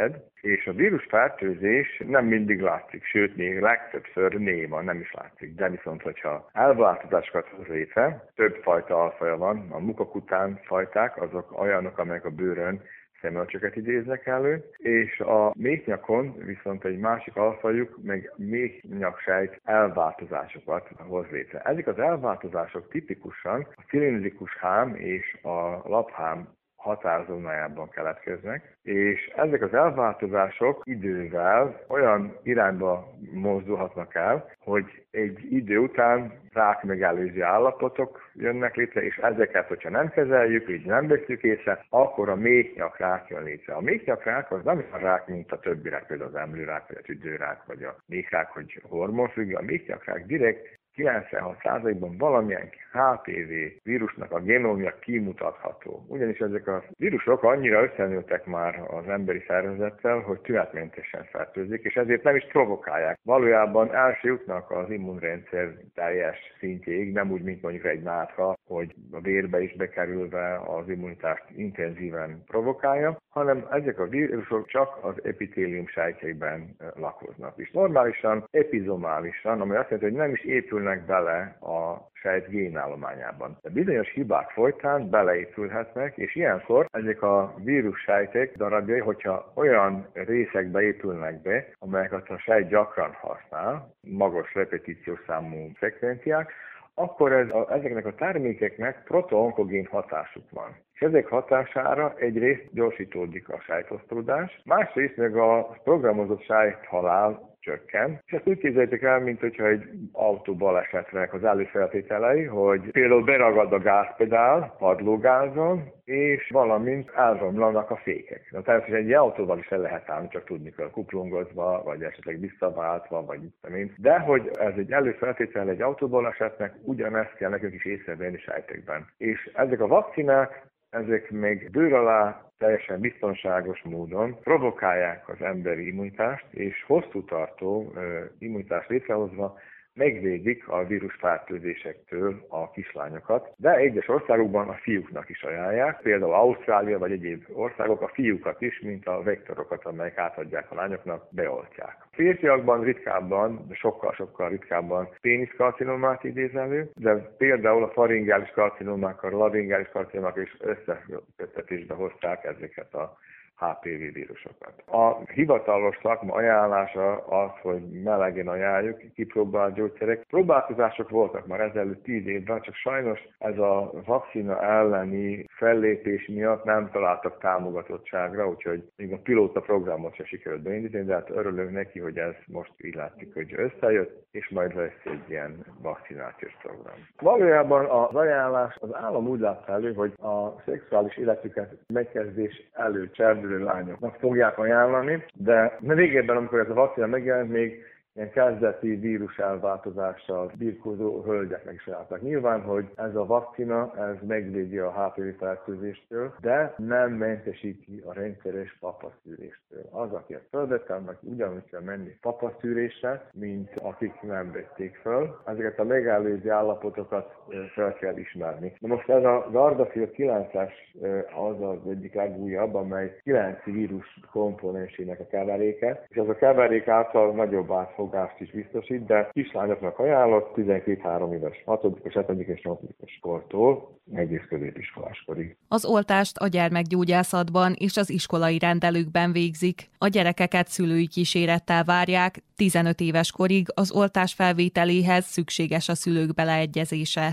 És a vírusfertőzés nem mindig látszik, sőt, még legtöbbször néma, nem is látszik. De viszont, hogyha elváltozásokat hoz létre, több fajta alfaja van, a mukakután fajták, azok olyanok, amelyek a bőrön szemölcsöket idéznek elő, és a méhnyakon viszont egy másik alfajuk meg méhnyaksejt elváltozásokat hoz létre. Ezek az elváltozások tipikusan a cilindrikus hám és a laphám határzónájában keletkeznek, és ezek az elváltozások idővel olyan irányba mozdulhatnak el, hogy egy idő után rák megelőző állapotok jönnek létre, és ezeket, hogyha nem kezeljük, így nem veszük észre, akkor a méhnyakrák jön létre. A méhnyakrák az nem olyan rák, mint a többi rák, például az emlőrák, vagy a tüdőrák, vagy a méhrák, hogy hormonfüggő. A méhnyakrák direkt kilencvenhat százalékban valamilyen há pé vé vírusnak a genómja kimutatható. Ugyanis ezek a vírusok annyira összenőttek már az emberi szervezettel, hogy tünetmentesen fertőzik, és ezért nem is provokálják. Valójában el se jutnak az immunrendszer teljes szintjéig, nem úgy, mint mondjuk egy nátha, hogy a vérbe is bekerülve az immunitást intenzíven provokálja, hanem ezek a vírusok csak az epitélium sejtjeiben lakoznak. És normálisan, epizomálisan, ami azt jelenti, hogy nem is épülnek bele a sejt génállományában. De bizonyos hibák folytán beleépülhetnek, és ilyenkor ezek a vírussejtek darabjai, hogyha olyan részekbe épülnek be, amelyeket a sejt gyakran használ, magas repetíciós számú frekvenciák, akkor ez a, ezeknek a termékeknek proto-onkogén hatásuk van. És ezek hatására egyrészt gyorsítódik a sejtosztódás, másrészt meg a programozott sejthalál csökken. És ezt úgy képzeljétek el, mint hogyha egy autóbalesetnek az előfeltételei, hogy például beragad a gázpedál padlógázon, és valamint elromlanak a fékek. Na, természetesen egy autóval is el lehet állni, csak tudni kell kuplungozva, vagy esetleg visszaváltva, vagy mit tudom én. De hogy ez egy előfeltétel egy autóbalesetnek, ugyanezt kell nekünk is észrevenni sejtekben. És ezek a vakcinák, ezek még bőr alá teljesen biztonságos módon provokálják az emberi immunitást, és hosszú tartó uh, immunitást létrehozva megvédik a vírusfertőzésektől a kislányokat, de egyes országokban a fiúknak is ajánlják, például Ausztrália vagy egyéb országok a fiúkat is, mint a vektorokat, amelyek átadják a lányoknak, beoltják. A férfiakban ritkábban, de sokkal-sokkal ritkábban péniszkarcinomát idéz elő, de például a faringális karcinomákkal, a laringális karcinomákkal is összeköttetésbe hozták ezeket a há pé vé vírusokat. A hivatalos szakma ajánlása az, hogy melegen ajánljuk kipróbált gyógyszerek. Próbálkozások voltak már ezelőtt tíz évben, csak sajnos ez a vakcina elleni fellépés miatt nem találtak támogatottságra, úgyhogy még a pilóta programot se sikerült beindítani, de hát örülünk neki, hogy ez most így látszik, hogy összejött, és majd lesz egy ilyen vakcinációs program. Valójában az ajánlás az állam úgy látta elő, hogy a szexuális életüket megkezdés előtt cserdülő lányoknak fogják ajánlani, de végében, amikor ez a vakcina megjelent, még ilyen kezdeti vírus elváltozással birkózó hölgyeknek is ajánlották. Nyilván, hogy ez a vakcina, ez megvédi a há pé vé fertőzéstől, de nem mentesíti a rendszeres papaszűréstől. Az, aki ezt felvette, annak ugyanúgy kell menni papaszűrésre, mint akik nem vették föl. Ezeket a megelőző állapotokat fel kell ismerni. Na most ez a Gardasil kilences az az egyik legújabb, amely kilenc vírus komponensének a keveréke, és ez a keverék által nagyobb átfogást is biztosít, de kislányoknak ajánlott tizenkét-három éves, hatodikos, hetedikes és nyolcadikos kortól egész középiskolás korig. Az oltást a gyermekgyógyászatban és az iskolai rendelőkben végzik. A gyerekeket szülői kísérettel várják, tizenöt éves korig az oltás felvételéhez szükséges a szülők beleegyezése.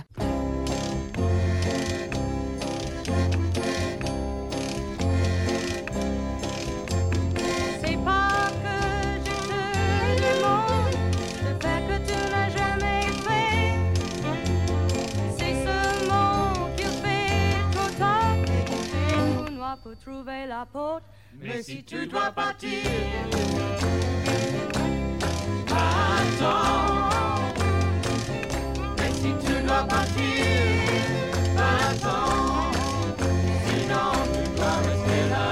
Trouver la porte, mais si tu dois partir, attends. Mais si tu dois partir, attends. Sinon tu dois rester là.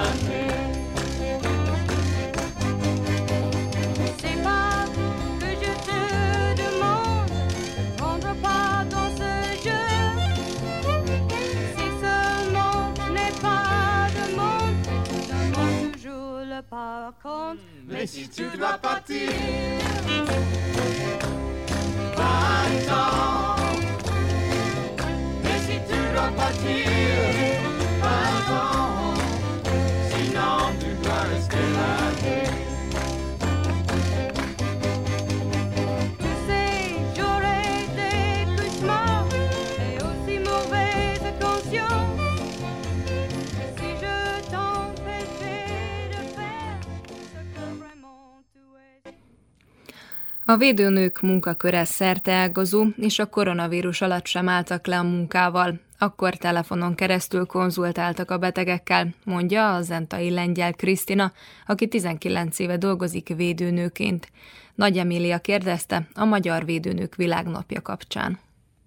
C'est pas que je te demande de prendre part dans ce jeu. Si seulement je n'ai pas par contre, Mais si tu dois partir, va-t'en. Mais si tu dois partir, va-t'en. Sinon tu dois rester là. Tu sais, j'aurais des cauchemars et aussi mauvaise conscience. Si je t'empêchais de faire ce que vraiment tu es. A védőnők munkaköre szerteágazó, és a koronavírus alatt sem álltak le a munkával. Akkor telefonon keresztül konzultáltak a betegekkel, mondja a zentai Lengyel Krisztina, aki tizenkilenc éve dolgozik védőnőként. Nagy Emília kérdezte a Magyar Védőnők Világnapja kapcsán.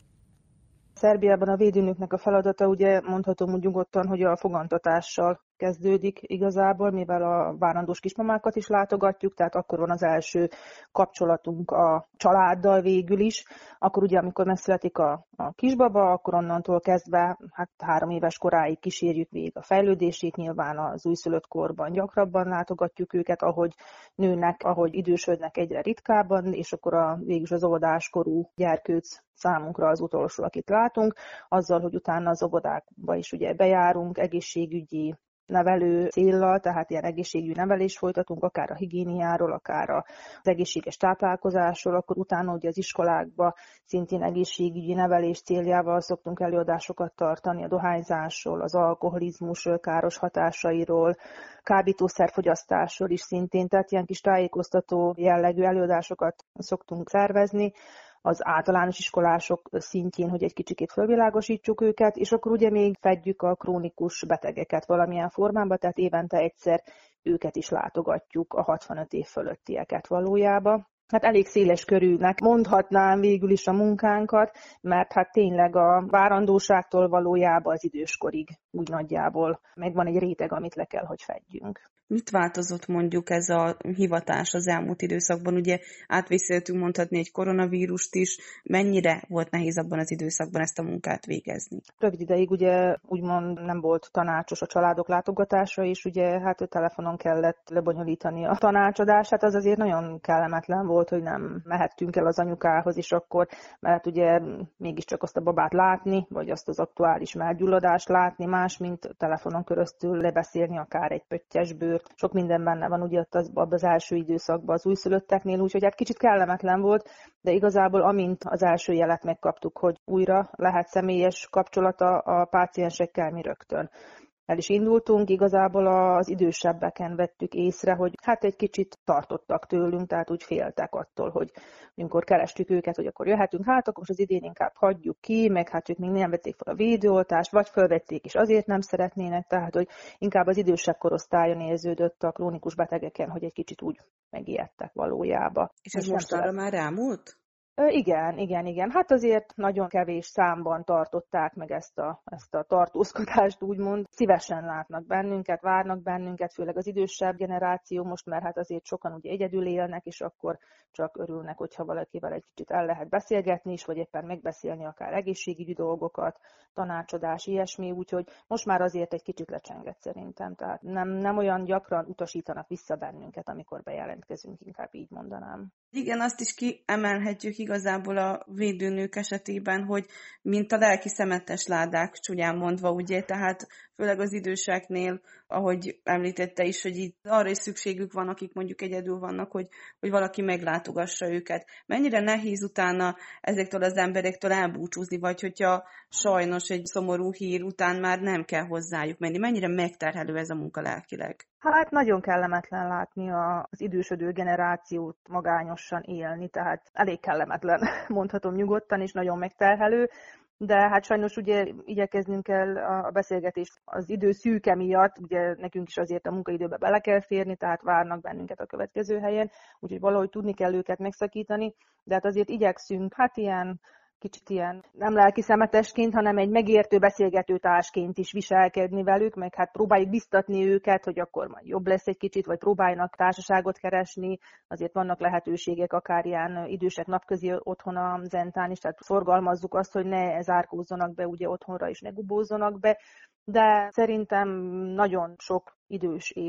Szerbiában a védőnőknek a feladata, ugye mondhatom úgy nyugodtan, hogy a fogantatással kezdődik igazából, mivel a várandós kismamákat is látogatjuk, tehát akkor van az első kapcsolatunk a családdal végül is. Akkor ugye, amikor megszületik a, a kisbaba, akkor onnantól kezdve hát három éves koráig kísérjük végig a fejlődését, nyilván az újszülött korban gyakrabban látogatjuk őket, ahogy nőnek, ahogy idősödnek egyre ritkábban, és akkor a, végül az óvodáskorú gyerkőc számunkra az utolsó, akit látunk, azzal, hogy utána az óvodákba is ugye bejárunk, egészségügyi nevelő céllal, tehát ilyen egészségügyi nevelést folytatunk, akár a higiéniáról, akár az egészséges táplálkozásról, akkor utána ugye az iskolákba szintén egészségügyi nevelés céljával szoktunk előadásokat tartani a dohányzásról, az alkoholizmus káros hatásairól, kábítószerfogyasztásról is szintén, tehát ilyen kis tájékoztató jellegű előadásokat szoktunk szervezni, az általános iskolások szintjén, hogy egy kicsikét fölvilágosítsuk őket, és akkor ugye még fedjük a krónikus betegeket valamilyen formában, tehát évente egyszer őket is látogatjuk, a hatvanöt év fölöttieket valójában. Hát elég széles körűnek mondhatnám végül is a munkánkat, mert hát tényleg a várandóságtól valójában az időskorig úgy nagyjából megvan egy réteg, amit le kell, hogy fedjünk. Mit változott mondjuk ez a hivatás az elmúlt időszakban? Ugye átvészeltünk mondhatni egy koronavírust is. Mennyire volt nehéz abban az időszakban ezt a munkát végezni? Rövid ideig ugye úgymond nem volt tanácsos a családok látogatása, és ugye hát telefonon kellett lebonyolítani a tanácsadását. Az azért nagyon kellemetlen volt, hogy nem mehettünk el az anyukához, és akkor, mert ugye mégiscsak azt a babát látni, vagy azt az aktuális mellgyulladást látni, más, mint telefonon keresztül lebeszélni akár egy pöttyesből. Sok minden benne van ugye ott az, az első időszakban az újszülötteknél, úgyhogy hát kicsit kellemetlen volt, de igazából amint az első jelet megkaptuk, hogy újra lehet személyes kapcsolata a páciensekkel, mi rögtön el is indultunk, igazából az idősebbeken vettük észre, hogy hát egy kicsit tartottak tőlünk, tehát úgy féltek attól, hogy amikor kerestük őket, hogy akkor jöhetünk, hát akkor most az idén inkább hagyjuk ki, meg hát ők még nem vették fel a védőoltást, vagy felvették és azért nem szeretnének, tehát hogy inkább az idősebb korosztályon érződött a krónikus betegeken, hogy egy kicsit úgy megijedtek valójában. És ez most arra már rámúlt? Igen, igen, igen. Hát azért nagyon kevés számban tartották meg ezt a, ezt a tartózkodást, úgymond. Szívesen látnak bennünket, várnak bennünket, főleg az idősebb generáció most, mert hát azért sokan ugye egyedül élnek, és akkor csak örülnek, hogyha valakivel egy kicsit el lehet beszélgetni is, vagy éppen megbeszélni akár egészségügyi dolgokat, tanácsadás, ilyesmi, úgyhogy most már azért egy kicsit lecsengett szerintem. Tehát nem, nem olyan gyakran utasítanak vissza bennünket, amikor bejelentkezünk, inkább így mondanám. Igen, azt is kiemelhetjük igazából a védőnők esetében, hogy mint a lelki szemetes ládák, csúnyán mondva, ugye, tehát főleg az időseknél, ahogy említette is, hogy itt arra is szükségük van, akik mondjuk egyedül vannak, hogy, hogy valaki meglátogassa őket. Mennyire nehéz utána ezektől az emberektől elbúcsúzni, vagy hogyha sajnos egy szomorú hír után már nem kell hozzájuk menni. Mennyire megterhelő ez a munka lelkileg? Hát nagyon kellemetlen látni az idősödő generációt magányosan élni, tehát elég kellemetlen, mondhatom nyugodtan, és nagyon megterhelő, de hát sajnos ugye igyekeznünk kell a beszélgetést az idő szűke miatt, ugye nekünk is azért a munkaidőbe bele kell férni, tehát várnak bennünket a következő helyen, úgyhogy valahogy tudni kell őket megszakítani, de hát azért igyekszünk, hát ilyen kicsit ilyen nem lelki szemetesként, hanem egy megértő beszélgetőtársként is viselkedni velük, meg hát próbáljuk biztatni őket, hogy akkor majd jobb lesz egy kicsit, vagy próbáljanak társaságot keresni, azért vannak lehetőségek, akár ilyen idősek napközi otthon a Zentán is, tehát szorgalmazzuk azt, hogy ne zárkózzanak be ugye otthonra, és ne gubózzanak be, de szerintem nagyon sok idős él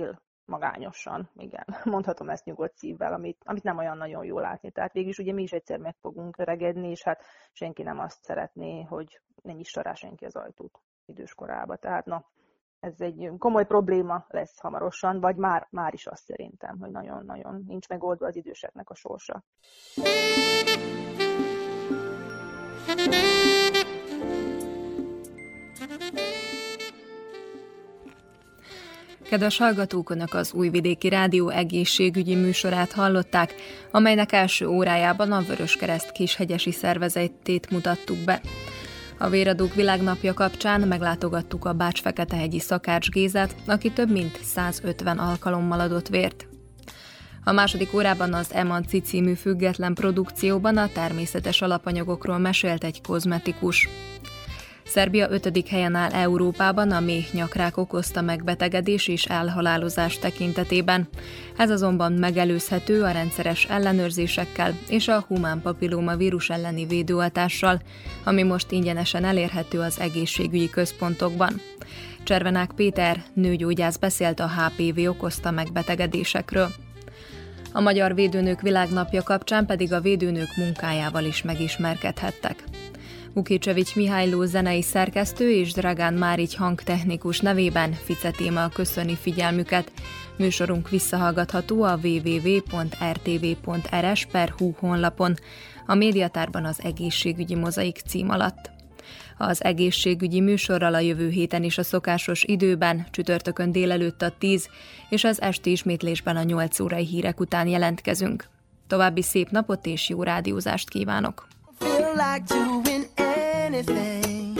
magányosan, igen, mondhatom ezt nyugodt szívvel, amit, amit nem olyan nagyon jó látni. Tehát végülis ugye mi is egyszer meg fogunk öregedni, és hát senki nem azt szeretné, hogy ne nyissa rá senki az ajtót idős korába. Tehát na, ez egy komoly probléma lesz hamarosan, vagy már, már is azt szerintem, hogy nagyon-nagyon nincs megoldva az időseknek a sorsa. Kedves hallgatók, Önök az Újvidéki Rádió egészségügyi műsorát hallották, amelynek első órájában a Vöröskereszt Kishegyesi szervezetét mutattuk be. A Véradók Világnapja kapcsán meglátogattuk a Bács-Feketehegyi Szakács Gézát, aki több mint százötven alkalommal adott vért. A második órában az Emanci című független produkcióban a természetes alapanyagokról mesélt egy kozmetikus. Szerbia ötödik helyen áll Európában a méhnyakrák okozta megbetegedés és elhalálozás tekintetében. Ez azonban megelőzhető a rendszeres ellenőrzésekkel és a humán papillóma vírus elleni védőoltással, ami most ingyenesen elérhető az egészségügyi központokban. Cservenák Péter, nőgyógyász beszélt a há pé vé okozta megbetegedésekről. A Magyar Védőnők Világnapja kapcsán pedig a védőnők munkájával is megismerkedhettek. Vukicevics Mihályló zenei szerkesztő és Dragán Márigy hangtechnikus nevében Fice Téma köszöni figyelmüket. Műsorunk visszahallgatható a double-u double-u double-u pont er té vé pont er es per hú honlapon, a médiatárban az egészségügyi mozaik cím alatt. Az egészségügyi műsorral a jövő héten is a szokásos időben, csütörtökön délelőtt a tíz és az esti ismétlésben a nyolc órai hírek után jelentkezünk. További szép napot és jó rádiózást kívánok! Anything.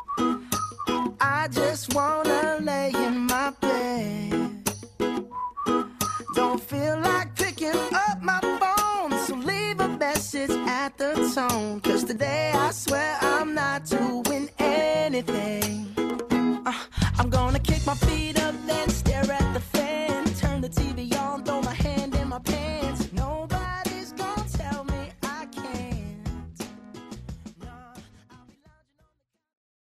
I just wanna lay in my bed. Don't feel like picking up my phone, so leave a message at the tone. 'Cause today I swear I'm not doing anything.